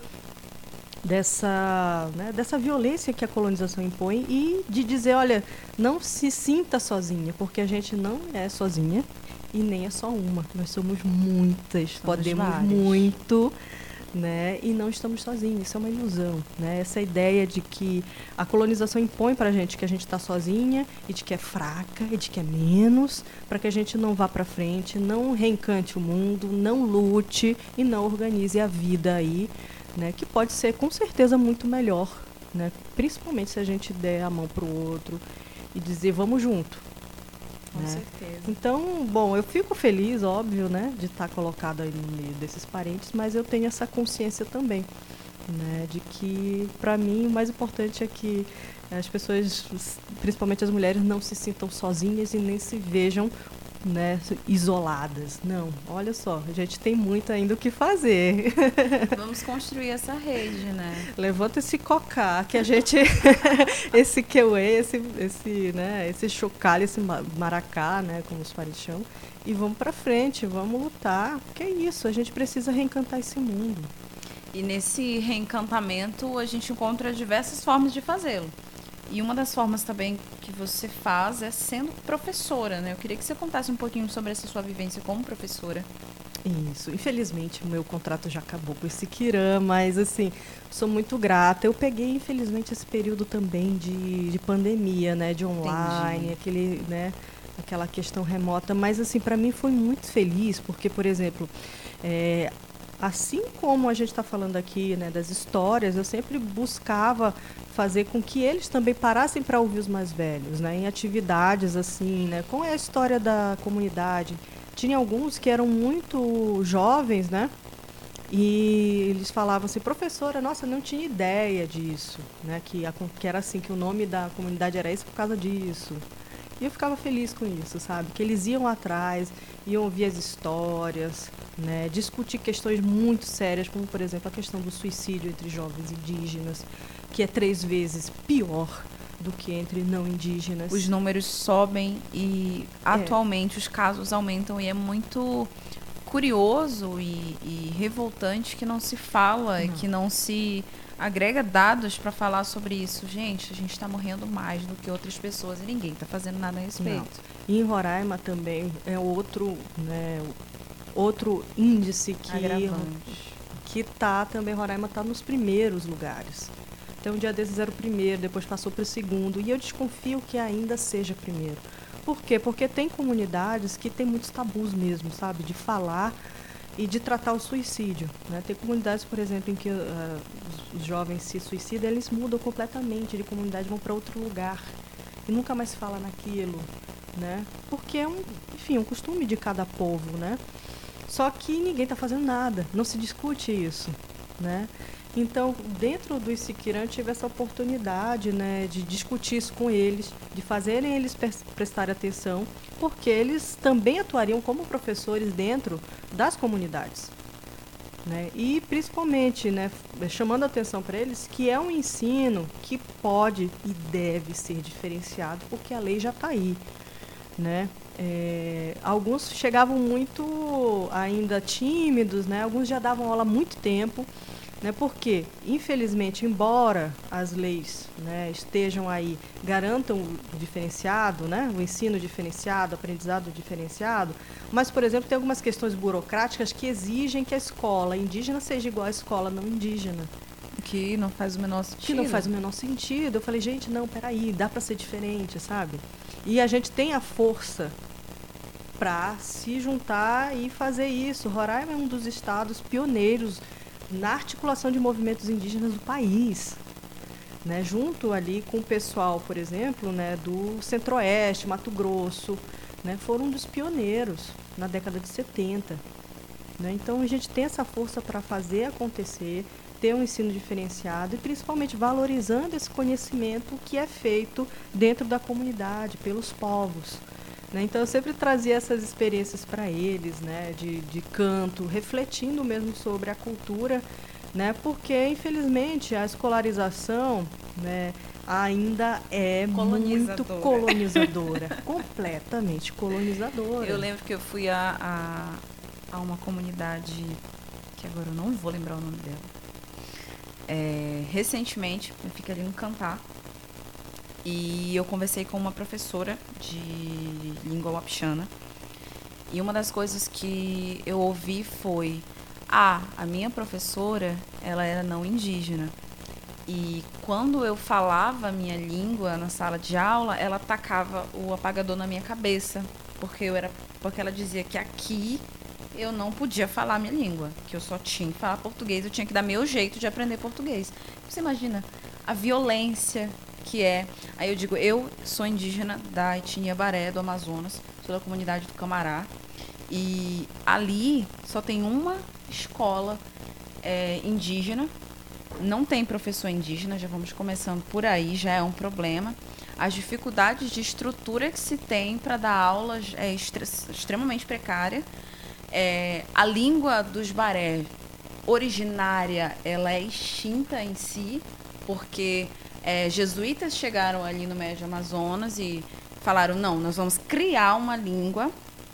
dessa, né, dessa violência que a colonização impõe e de dizer, olha, não se sinta sozinha, porque a gente não é sozinha e nem é só uma. Nós somos muitas, somos podemos várias. Muito... Né? E não estamos sozinhos, isso é uma ilusão, né? Essa ideia de que a colonização impõe para a gente que a gente está sozinha e de que é fraca e de que é menos, para que a gente não vá para frente, não reencante o mundo, não lute e não organize a vida aí, né? Que pode ser com certeza muito melhor, né? Principalmente se a gente der a mão para o outro e dizer vamos junto. Com né? certeza. Então, bom, eu fico feliz, óbvio, né, de estar colocada aí no meio desses parentes, mas eu tenho essa consciência também, né, de que, para mim, o mais importante é que as pessoas, principalmente as mulheres, não se sintam sozinhas e nem se vejam, né, isoladas. Não, olha só, a gente tem muito ainda o que fazer. Vamos construir essa rede, né? Levanta esse cocá, que a gente, esse queuê, esse, esse, né, esse chocalho, esse maracá, né, como os paris chamam, e vamos para frente, vamos lutar, porque é isso, a gente precisa reencantar esse mundo. E nesse reencantamento a gente encontra diversas formas de fazê-lo. E uma das formas também que você faz é sendo professora, né? Eu queria que você contasse um pouquinho sobre essa sua vivência como professora. Isso. Infelizmente, o meu contrato já acabou com esse Kirã, mas, assim, sou muito grata. Eu peguei, infelizmente, esse período também de, de pandemia, né? De online, Entendi. aquele, né? Aquela questão remota. Mas, assim, para mim foi muito feliz, porque, por exemplo, é, assim como a gente está falando aqui, né, das histórias, eu sempre buscava fazer com que eles também parassem para ouvir os mais velhos, né, em atividades assim, né, como é a história da comunidade. Tinha alguns que eram muito jovens, né, e eles falavam assim, professora, nossa, eu não tinha ideia disso, né, que, a, que era assim, que o nome da comunidade era esse por causa disso. E eu ficava feliz com isso, sabe? Que eles iam atrás, iam ouvir as histórias, né? Discutir questões muito sérias, como, por exemplo, a questão do suicídio entre jovens indígenas, que é três vezes pior do que entre não indígenas. Os números sobem e, é. atualmente, os casos aumentam e é muito curioso e, e revoltante que não se fala não. e que não se agrega dados para falar sobre isso. Gente, a gente está morrendo mais do que outras pessoas e ninguém está fazendo nada a respeito. Não. E em Roraima também é outro, né, outro índice que que tá também, Roraima está nos primeiros lugares. Então, um dia desses era o primeiro, depois passou para o segundo, e eu desconfio que ainda seja primeiro. Por quê? Porque tem comunidades que tem muitos tabus mesmo, sabe? De falar e de tratar o suicídio, né? Tem comunidades, por exemplo, em que uh, os, os jovens se suicidam, eles mudam completamente de comunidade, vão para outro lugar e nunca mais se fala naquilo, né? Porque é um, enfim, um costume de cada povo, né? Só que ninguém está fazendo nada, não se discute isso, né? Então, dentro do Siquirã, eu tive essa oportunidade, né, de discutir isso com eles, de fazerem eles prestarem atenção, porque eles também atuariam como professores dentro das comunidades. Né? E, principalmente, né, chamando a atenção para eles que é um ensino que pode e deve ser diferenciado, porque a lei já está aí. Né? É, alguns chegavam muito ainda tímidos, né? Alguns já davam aula há muito tempo, né? Porque, infelizmente, embora as leis, né, estejam aí, garantam o diferenciado, né, o ensino diferenciado, o aprendizado diferenciado, mas, por exemplo, tem algumas questões burocráticas que exigem que a escola indígena seja igual à escola não indígena. Que não faz o menor sentido. Que não faz o menor sentido. Eu falei, gente, não, peraí, dá para ser diferente, sabe? E a gente tem a força para se juntar e fazer isso. Roraima é um dos estados pioneiros na articulação de movimentos indígenas do país, né? Junto ali com o pessoal, por exemplo, né, do Centro-Oeste, Mato Grosso, né, foram um dos pioneiros na década de setenta. Né? Então, a gente tem essa força para fazer acontecer, ter um ensino diferenciado e, principalmente, valorizando esse conhecimento que é feito dentro da comunidade, pelos povos. Né? Então, eu sempre trazia essas experiências para eles, né, de, de canto, refletindo mesmo sobre a cultura, né, porque, infelizmente, a escolarização, né, ainda é muito colonizadora, completamente colonizadora. Eu lembro que eu fui a, a, a uma comunidade, que agora eu não vou lembrar o nome dela, é, recentemente, eu fiquei ali no Cantar, e eu conversei com uma professora de língua wapixana, e uma das coisas que eu ouvi foi, ah, a minha professora, ela era não indígena, e quando eu falava a minha língua na sala de aula, ela tacava o apagador na minha cabeça, porque, eu era, porque ela dizia que aqui eu não podia falar a minha língua, que eu só tinha que falar português, eu tinha que dar meu jeito de aprender português. Você imagina a violência que é... Aí eu digo, eu sou indígena da etnia Baré, do Amazonas, sou da comunidade do Camará, e ali só tem uma escola é, indígena, não tem professor indígena, já vamos começando por aí, já é um problema. As dificuldades de estrutura que se tem para dar aulas é extre- extremamente precária. É, a língua dos Baré originária, ela é extinta em si, porque é, jesuítas chegaram ali no Médio Amazonas e falaram, não, nós vamos criar uma língua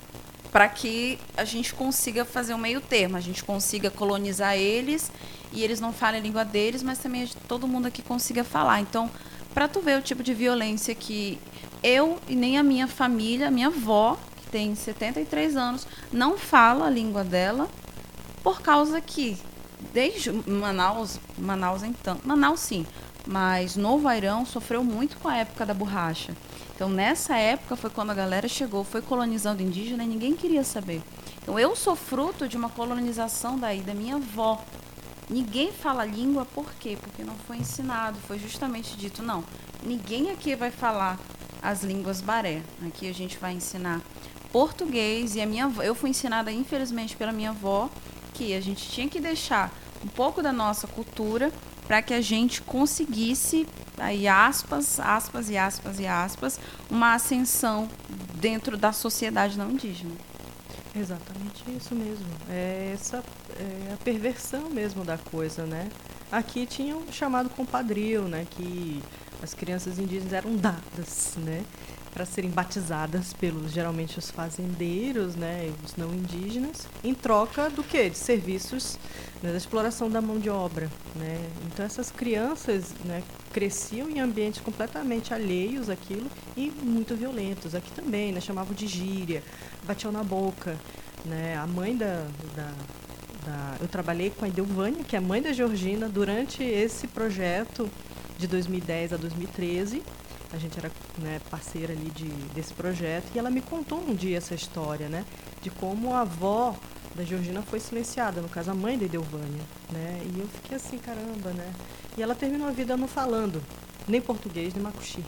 para que a gente consiga fazer um meio termo, a gente consiga colonizar eles e eles não falem a língua deles, mas também todo mundo aqui consiga falar. Então, para tu ver o tipo de violência que eu e nem a minha família, a minha avó, que tem setenta e três anos, não fala a língua dela, por causa que, desde Manaus, Manaus então, Manaus sim, mas Novo Airão sofreu muito com a época da borracha. Então, nessa época foi quando a galera chegou, foi colonizando indígena e ninguém queria saber. Então, eu sou fruto de uma colonização daí, da minha avó. Ninguém fala a língua, por quê? Porque não foi ensinado, foi justamente dito, não, ninguém aqui vai falar as línguas Baré. Aqui a gente vai ensinar português e a minha avó, eu fui ensinada, infelizmente, pela minha avó, que a gente tinha que deixar um pouco da nossa cultura para que a gente conseguisse, aí aspas, aspas e aspas e aspas, uma ascensão dentro da sociedade não indígena. Exatamente isso mesmo. É essa é a perversão mesmo da coisa, né? Aqui tinha um chamado compadrio, né? Que as crianças indígenas eram dadas, né? Para serem batizadas pelos, geralmente, os fazendeiros, né? Os não indígenas, em troca do quê? De serviços, né? Da exploração da mão de obra, né? Então, essas crianças, né, cresciam em ambientes completamente alheios àquilo e muito violentos. Aqui também, né? Chamavam de gíria, batiam na boca, né? A mãe da, da, da... Eu trabalhei com a Edelvânia, que é a mãe da Georgina, durante esse projeto de dois mil e dez a dois mil e treze. A gente era, né, parceira ali de, desse projeto, e ela me contou um dia essa história, né, de como a avó da Georgina foi silenciada, no caso a mãe da Edelvânia, né, e eu fiquei assim, caramba, né, e ela terminou a vida não falando nem português, nem macuxi,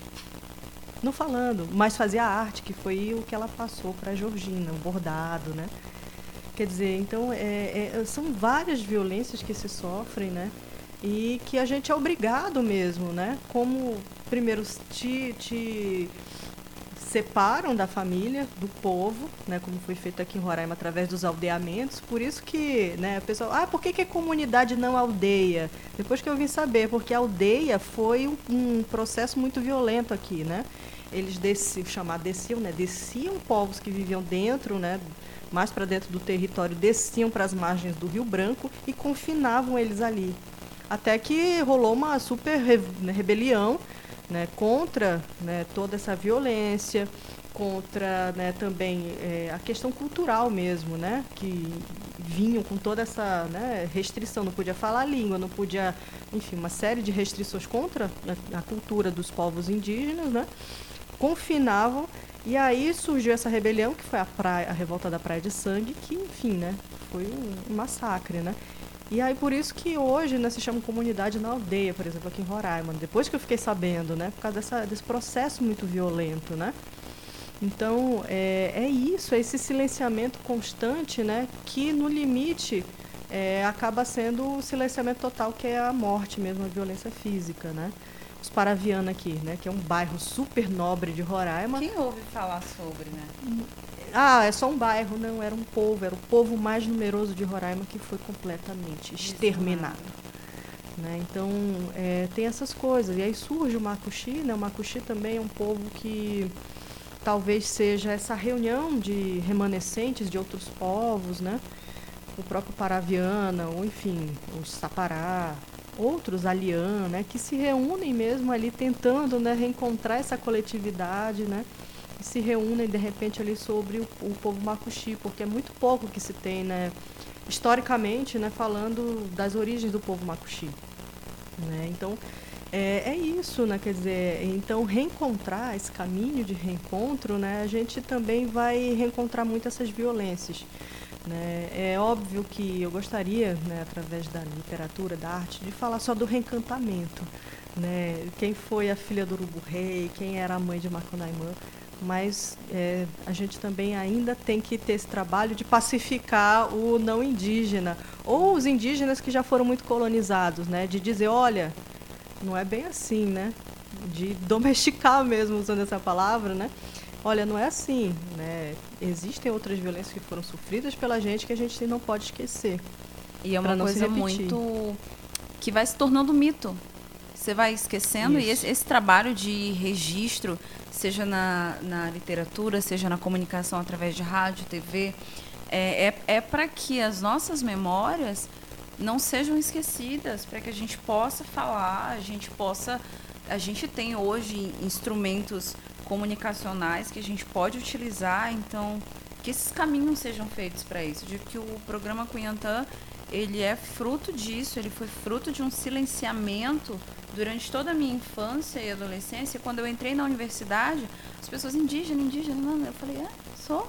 não falando, mas fazia arte, que foi o que ela passou para a Georgina, o bordado, né, Quer dizer, então, é, é, são várias violências que se sofrem, né? E que a gente é obrigado mesmo, né? Como, primeiro, te, te separam da família, do povo, né? Como foi feito aqui em Roraima através dos aldeamentos. Por isso que, né, o pessoal, ah, por que, que é comunidade não aldeia? Depois que eu vim saber, porque a aldeia foi um, um processo muito violento aqui, né? Eles desciam, chamar desciam, né? Desciam povos que viviam dentro, né? Mais para dentro do território, desciam para as margens do Rio Branco e confinavam eles ali. Até que rolou uma super re, né, rebelião, né, contra, né, toda essa violência, contra, né, também é, a questão cultural mesmo, né, que vinham com toda essa, né, restrição, não podia falar a língua, não podia, enfim, uma série de restrições contra a, a cultura dos povos indígenas, né, confinavam, e aí surgiu essa rebelião, que foi a, praia, a revolta da Praia de Sangue, que, enfim, né, foi um, um massacre, né. E aí, por isso que hoje, né, se chama comunidade na aldeia, por exemplo, aqui em Roraima. Depois que eu fiquei sabendo, né, por causa dessa, desse processo muito violento, né. Então, é, é isso, é esse silenciamento constante, né, que no limite é, acaba sendo o silenciamento total, que é a morte mesmo, a violência física, né. Os Paraviana aqui, né, que é um bairro super nobre de Roraima. Quem ouve falar sobre, né? Ah, é só um bairro. Não, era um povo, era o povo mais numeroso de Roraima que foi completamente exterminado. Né? Então, é, tem essas coisas. E aí surge o Macuxi, né? O Macuxi também é um povo que talvez seja essa reunião de remanescentes de outros povos, né? O próprio Paraviana, ou enfim, os Sapará, outros Aliã, né? Que se reúnem mesmo ali tentando, né, reencontrar essa coletividade, né? E se reúnem, de repente, ali sobre o, o povo Macuxi, porque é muito pouco que se tem, né, historicamente, né, falando das origens do povo Macuxi. Né? Então, é, é isso, né, quer dizer, então, reencontrar esse caminho de reencontro, né, a gente também vai reencontrar muito essas violências. Né? É óbvio que eu gostaria, né, através da literatura, da arte, de falar só do reencantamento. Né? Quem foi a filha do Urubu-Rei, quem era a mãe de Macunaímã, mas é, a gente também ainda tem que ter esse trabalho de pacificar o não indígena, ou os indígenas que já foram muito colonizados, né? De dizer, olha, não é bem assim, né? De domesticar mesmo, usando essa palavra, né? Olha, não é assim, né? Existem outras violências que foram sofridas pela gente que a gente não pode esquecer. E é uma coisa muito que vai se tornando mito. Você vai esquecendo. Isso. E esse, esse trabalho de registro, seja na, na literatura, seja na comunicação através de rádio, T V, é, é, é para que as nossas memórias não sejam esquecidas, para que a gente possa falar, a gente possa... A gente tem hoje instrumentos comunicacionais que a gente pode utilizar, então, que esses caminhos sejam feitos para isso. De que o programa Cunhantã, ele é fruto disso, ele foi fruto de um silenciamento durante toda a minha infância e adolescência. Quando eu entrei na universidade, as pessoas indígenas, indígenas, eu falei, é, sou.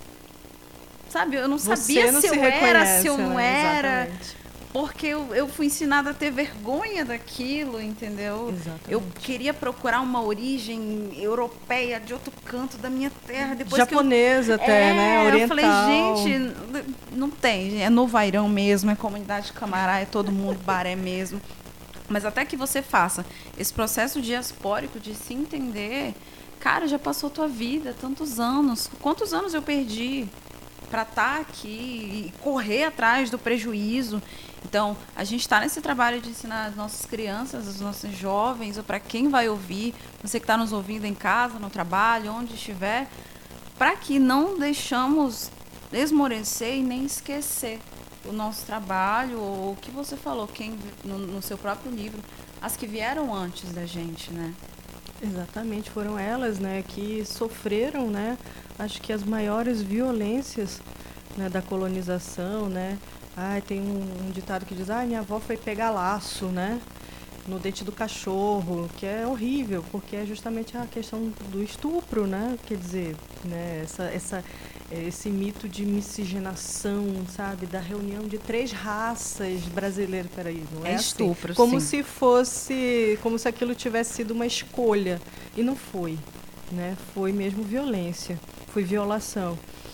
Sabe, eu não Você sabia não se se eu era, reconhece, se eu não né? era. Exatamente. Porque eu, eu fui ensinada a ter vergonha daquilo, entendeu? Exatamente. Eu queria procurar uma origem europeia de outro canto da minha terra. Depois Japonesa que eu... até, é, né? Oriental. Eu falei, gente, não tem. É Novairão mesmo, é comunidade Camará, é todo mundo baré mesmo. Mas até que você faça esse processo diaspórico de se entender, cara, já passou tua vida, tantos anos. Quantos anos eu perdi para estar aqui e correr atrás do prejuízo? Então, a gente está nesse trabalho de ensinar as nossas crianças, os nossos jovens, ou para quem vai ouvir, você que está nos ouvindo em casa, no trabalho, onde estiver, para que não deixamos esmorecer e nem esquecer o nosso trabalho, ou o que você falou, quem no, no seu próprio livro, as que vieram antes da gente, né? Exatamente, foram elas, né, que sofreram, né, acho que as maiores violências, né, da colonização, né. Ah, tem um, um ditado que diz, ah, minha avó foi pegar laço, né, no dente do cachorro, que é horrível, porque é justamente a questão do estupro, né, quer dizer, né, essa, essa, esse mito de miscigenação, sabe, da reunião de três raças brasileiras, peraí, não é, é assim? estupro, como sim. se fosse, como se aquilo tivesse sido uma escolha, e não foi, né, foi mesmo violência, foi violação.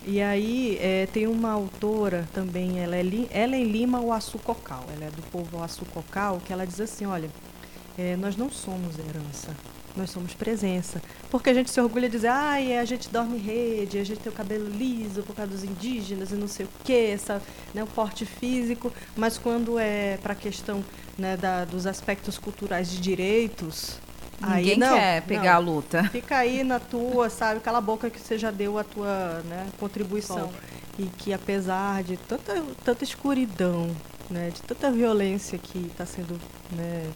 E aí é, tem uma autora também, ela é Li, Ellen Lima Uaçu Cocal, ela é do povo Uaçu Cocal, que ela diz assim, olha, é, nós não somos herança, nós somos presença. Porque a gente se orgulha de dizer, ah, é, a gente dorme em rede, a gente tem o cabelo liso por causa dos indígenas e não sei o quê, essa, né, o porte físico, mas quando é para a questão, né, da, dos aspectos culturais de direitos... Ninguém aí, não, quer pegar não. a luta. Fica aí na tua, sabe? Cala a boca que você já deu a tua, né, contribuição. E que apesar de tanta, tanta escuridão, né, de tanta violência que está sendo, né,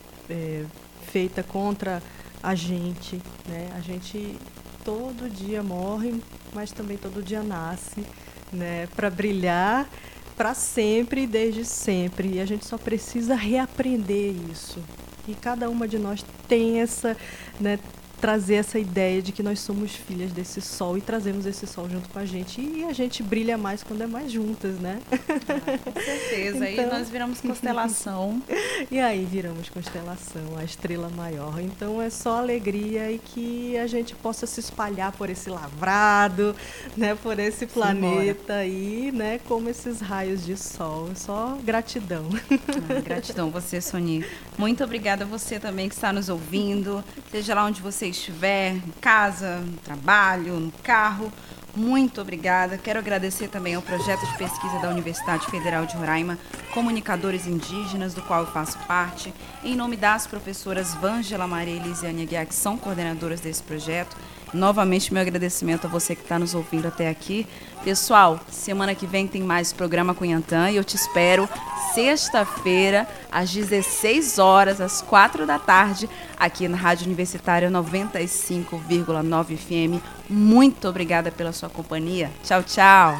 é, feita contra a gente, né, a gente todo dia morre, mas também todo dia nasce, né, para brilhar para sempre e desde sempre. E a gente só precisa reaprender isso. E cada uma de nós tem essa, né, trazer essa ideia de que nós somos filhas desse sol e trazemos esse sol junto com a gente. E a gente brilha mais quando é mais juntas, né? Ah, com certeza. Então... Aí nós viramos constelação. E aí viramos constelação, a estrela maior. Então é só alegria e que a gente possa se espalhar por esse lavrado, né, por esse planeta aí, né, como esses raios de sol. Só gratidão. Ah, gratidão você, Soni. Muito obrigada a você também que está nos ouvindo, seja lá onde você estiver, em casa, no trabalho, no carro. Muito obrigada. Quero agradecer também ao projeto de pesquisa da Universidade Federal de Roraima, Comunicadores Indígenas, do qual eu faço parte, em nome das professoras Vângela, Maria e Lisiane Aguiar, que são coordenadoras desse projeto. Novamente, meu agradecimento a você que está nos ouvindo até aqui. Pessoal, semana que vem tem mais programa Cunhantã e eu te espero sexta-feira, às dezesseis horas, às quatro da tarde, aqui na Rádio Universitária noventa e cinco vírgula nove F M. Muito obrigada pela sua companhia. Tchau, tchau.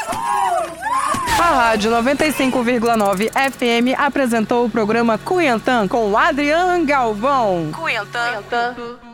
A Rádio noventa e cinco vírgula nove F M apresentou o programa Cunhantã com Adrian Galvão. Cunhantã. Cunhantã.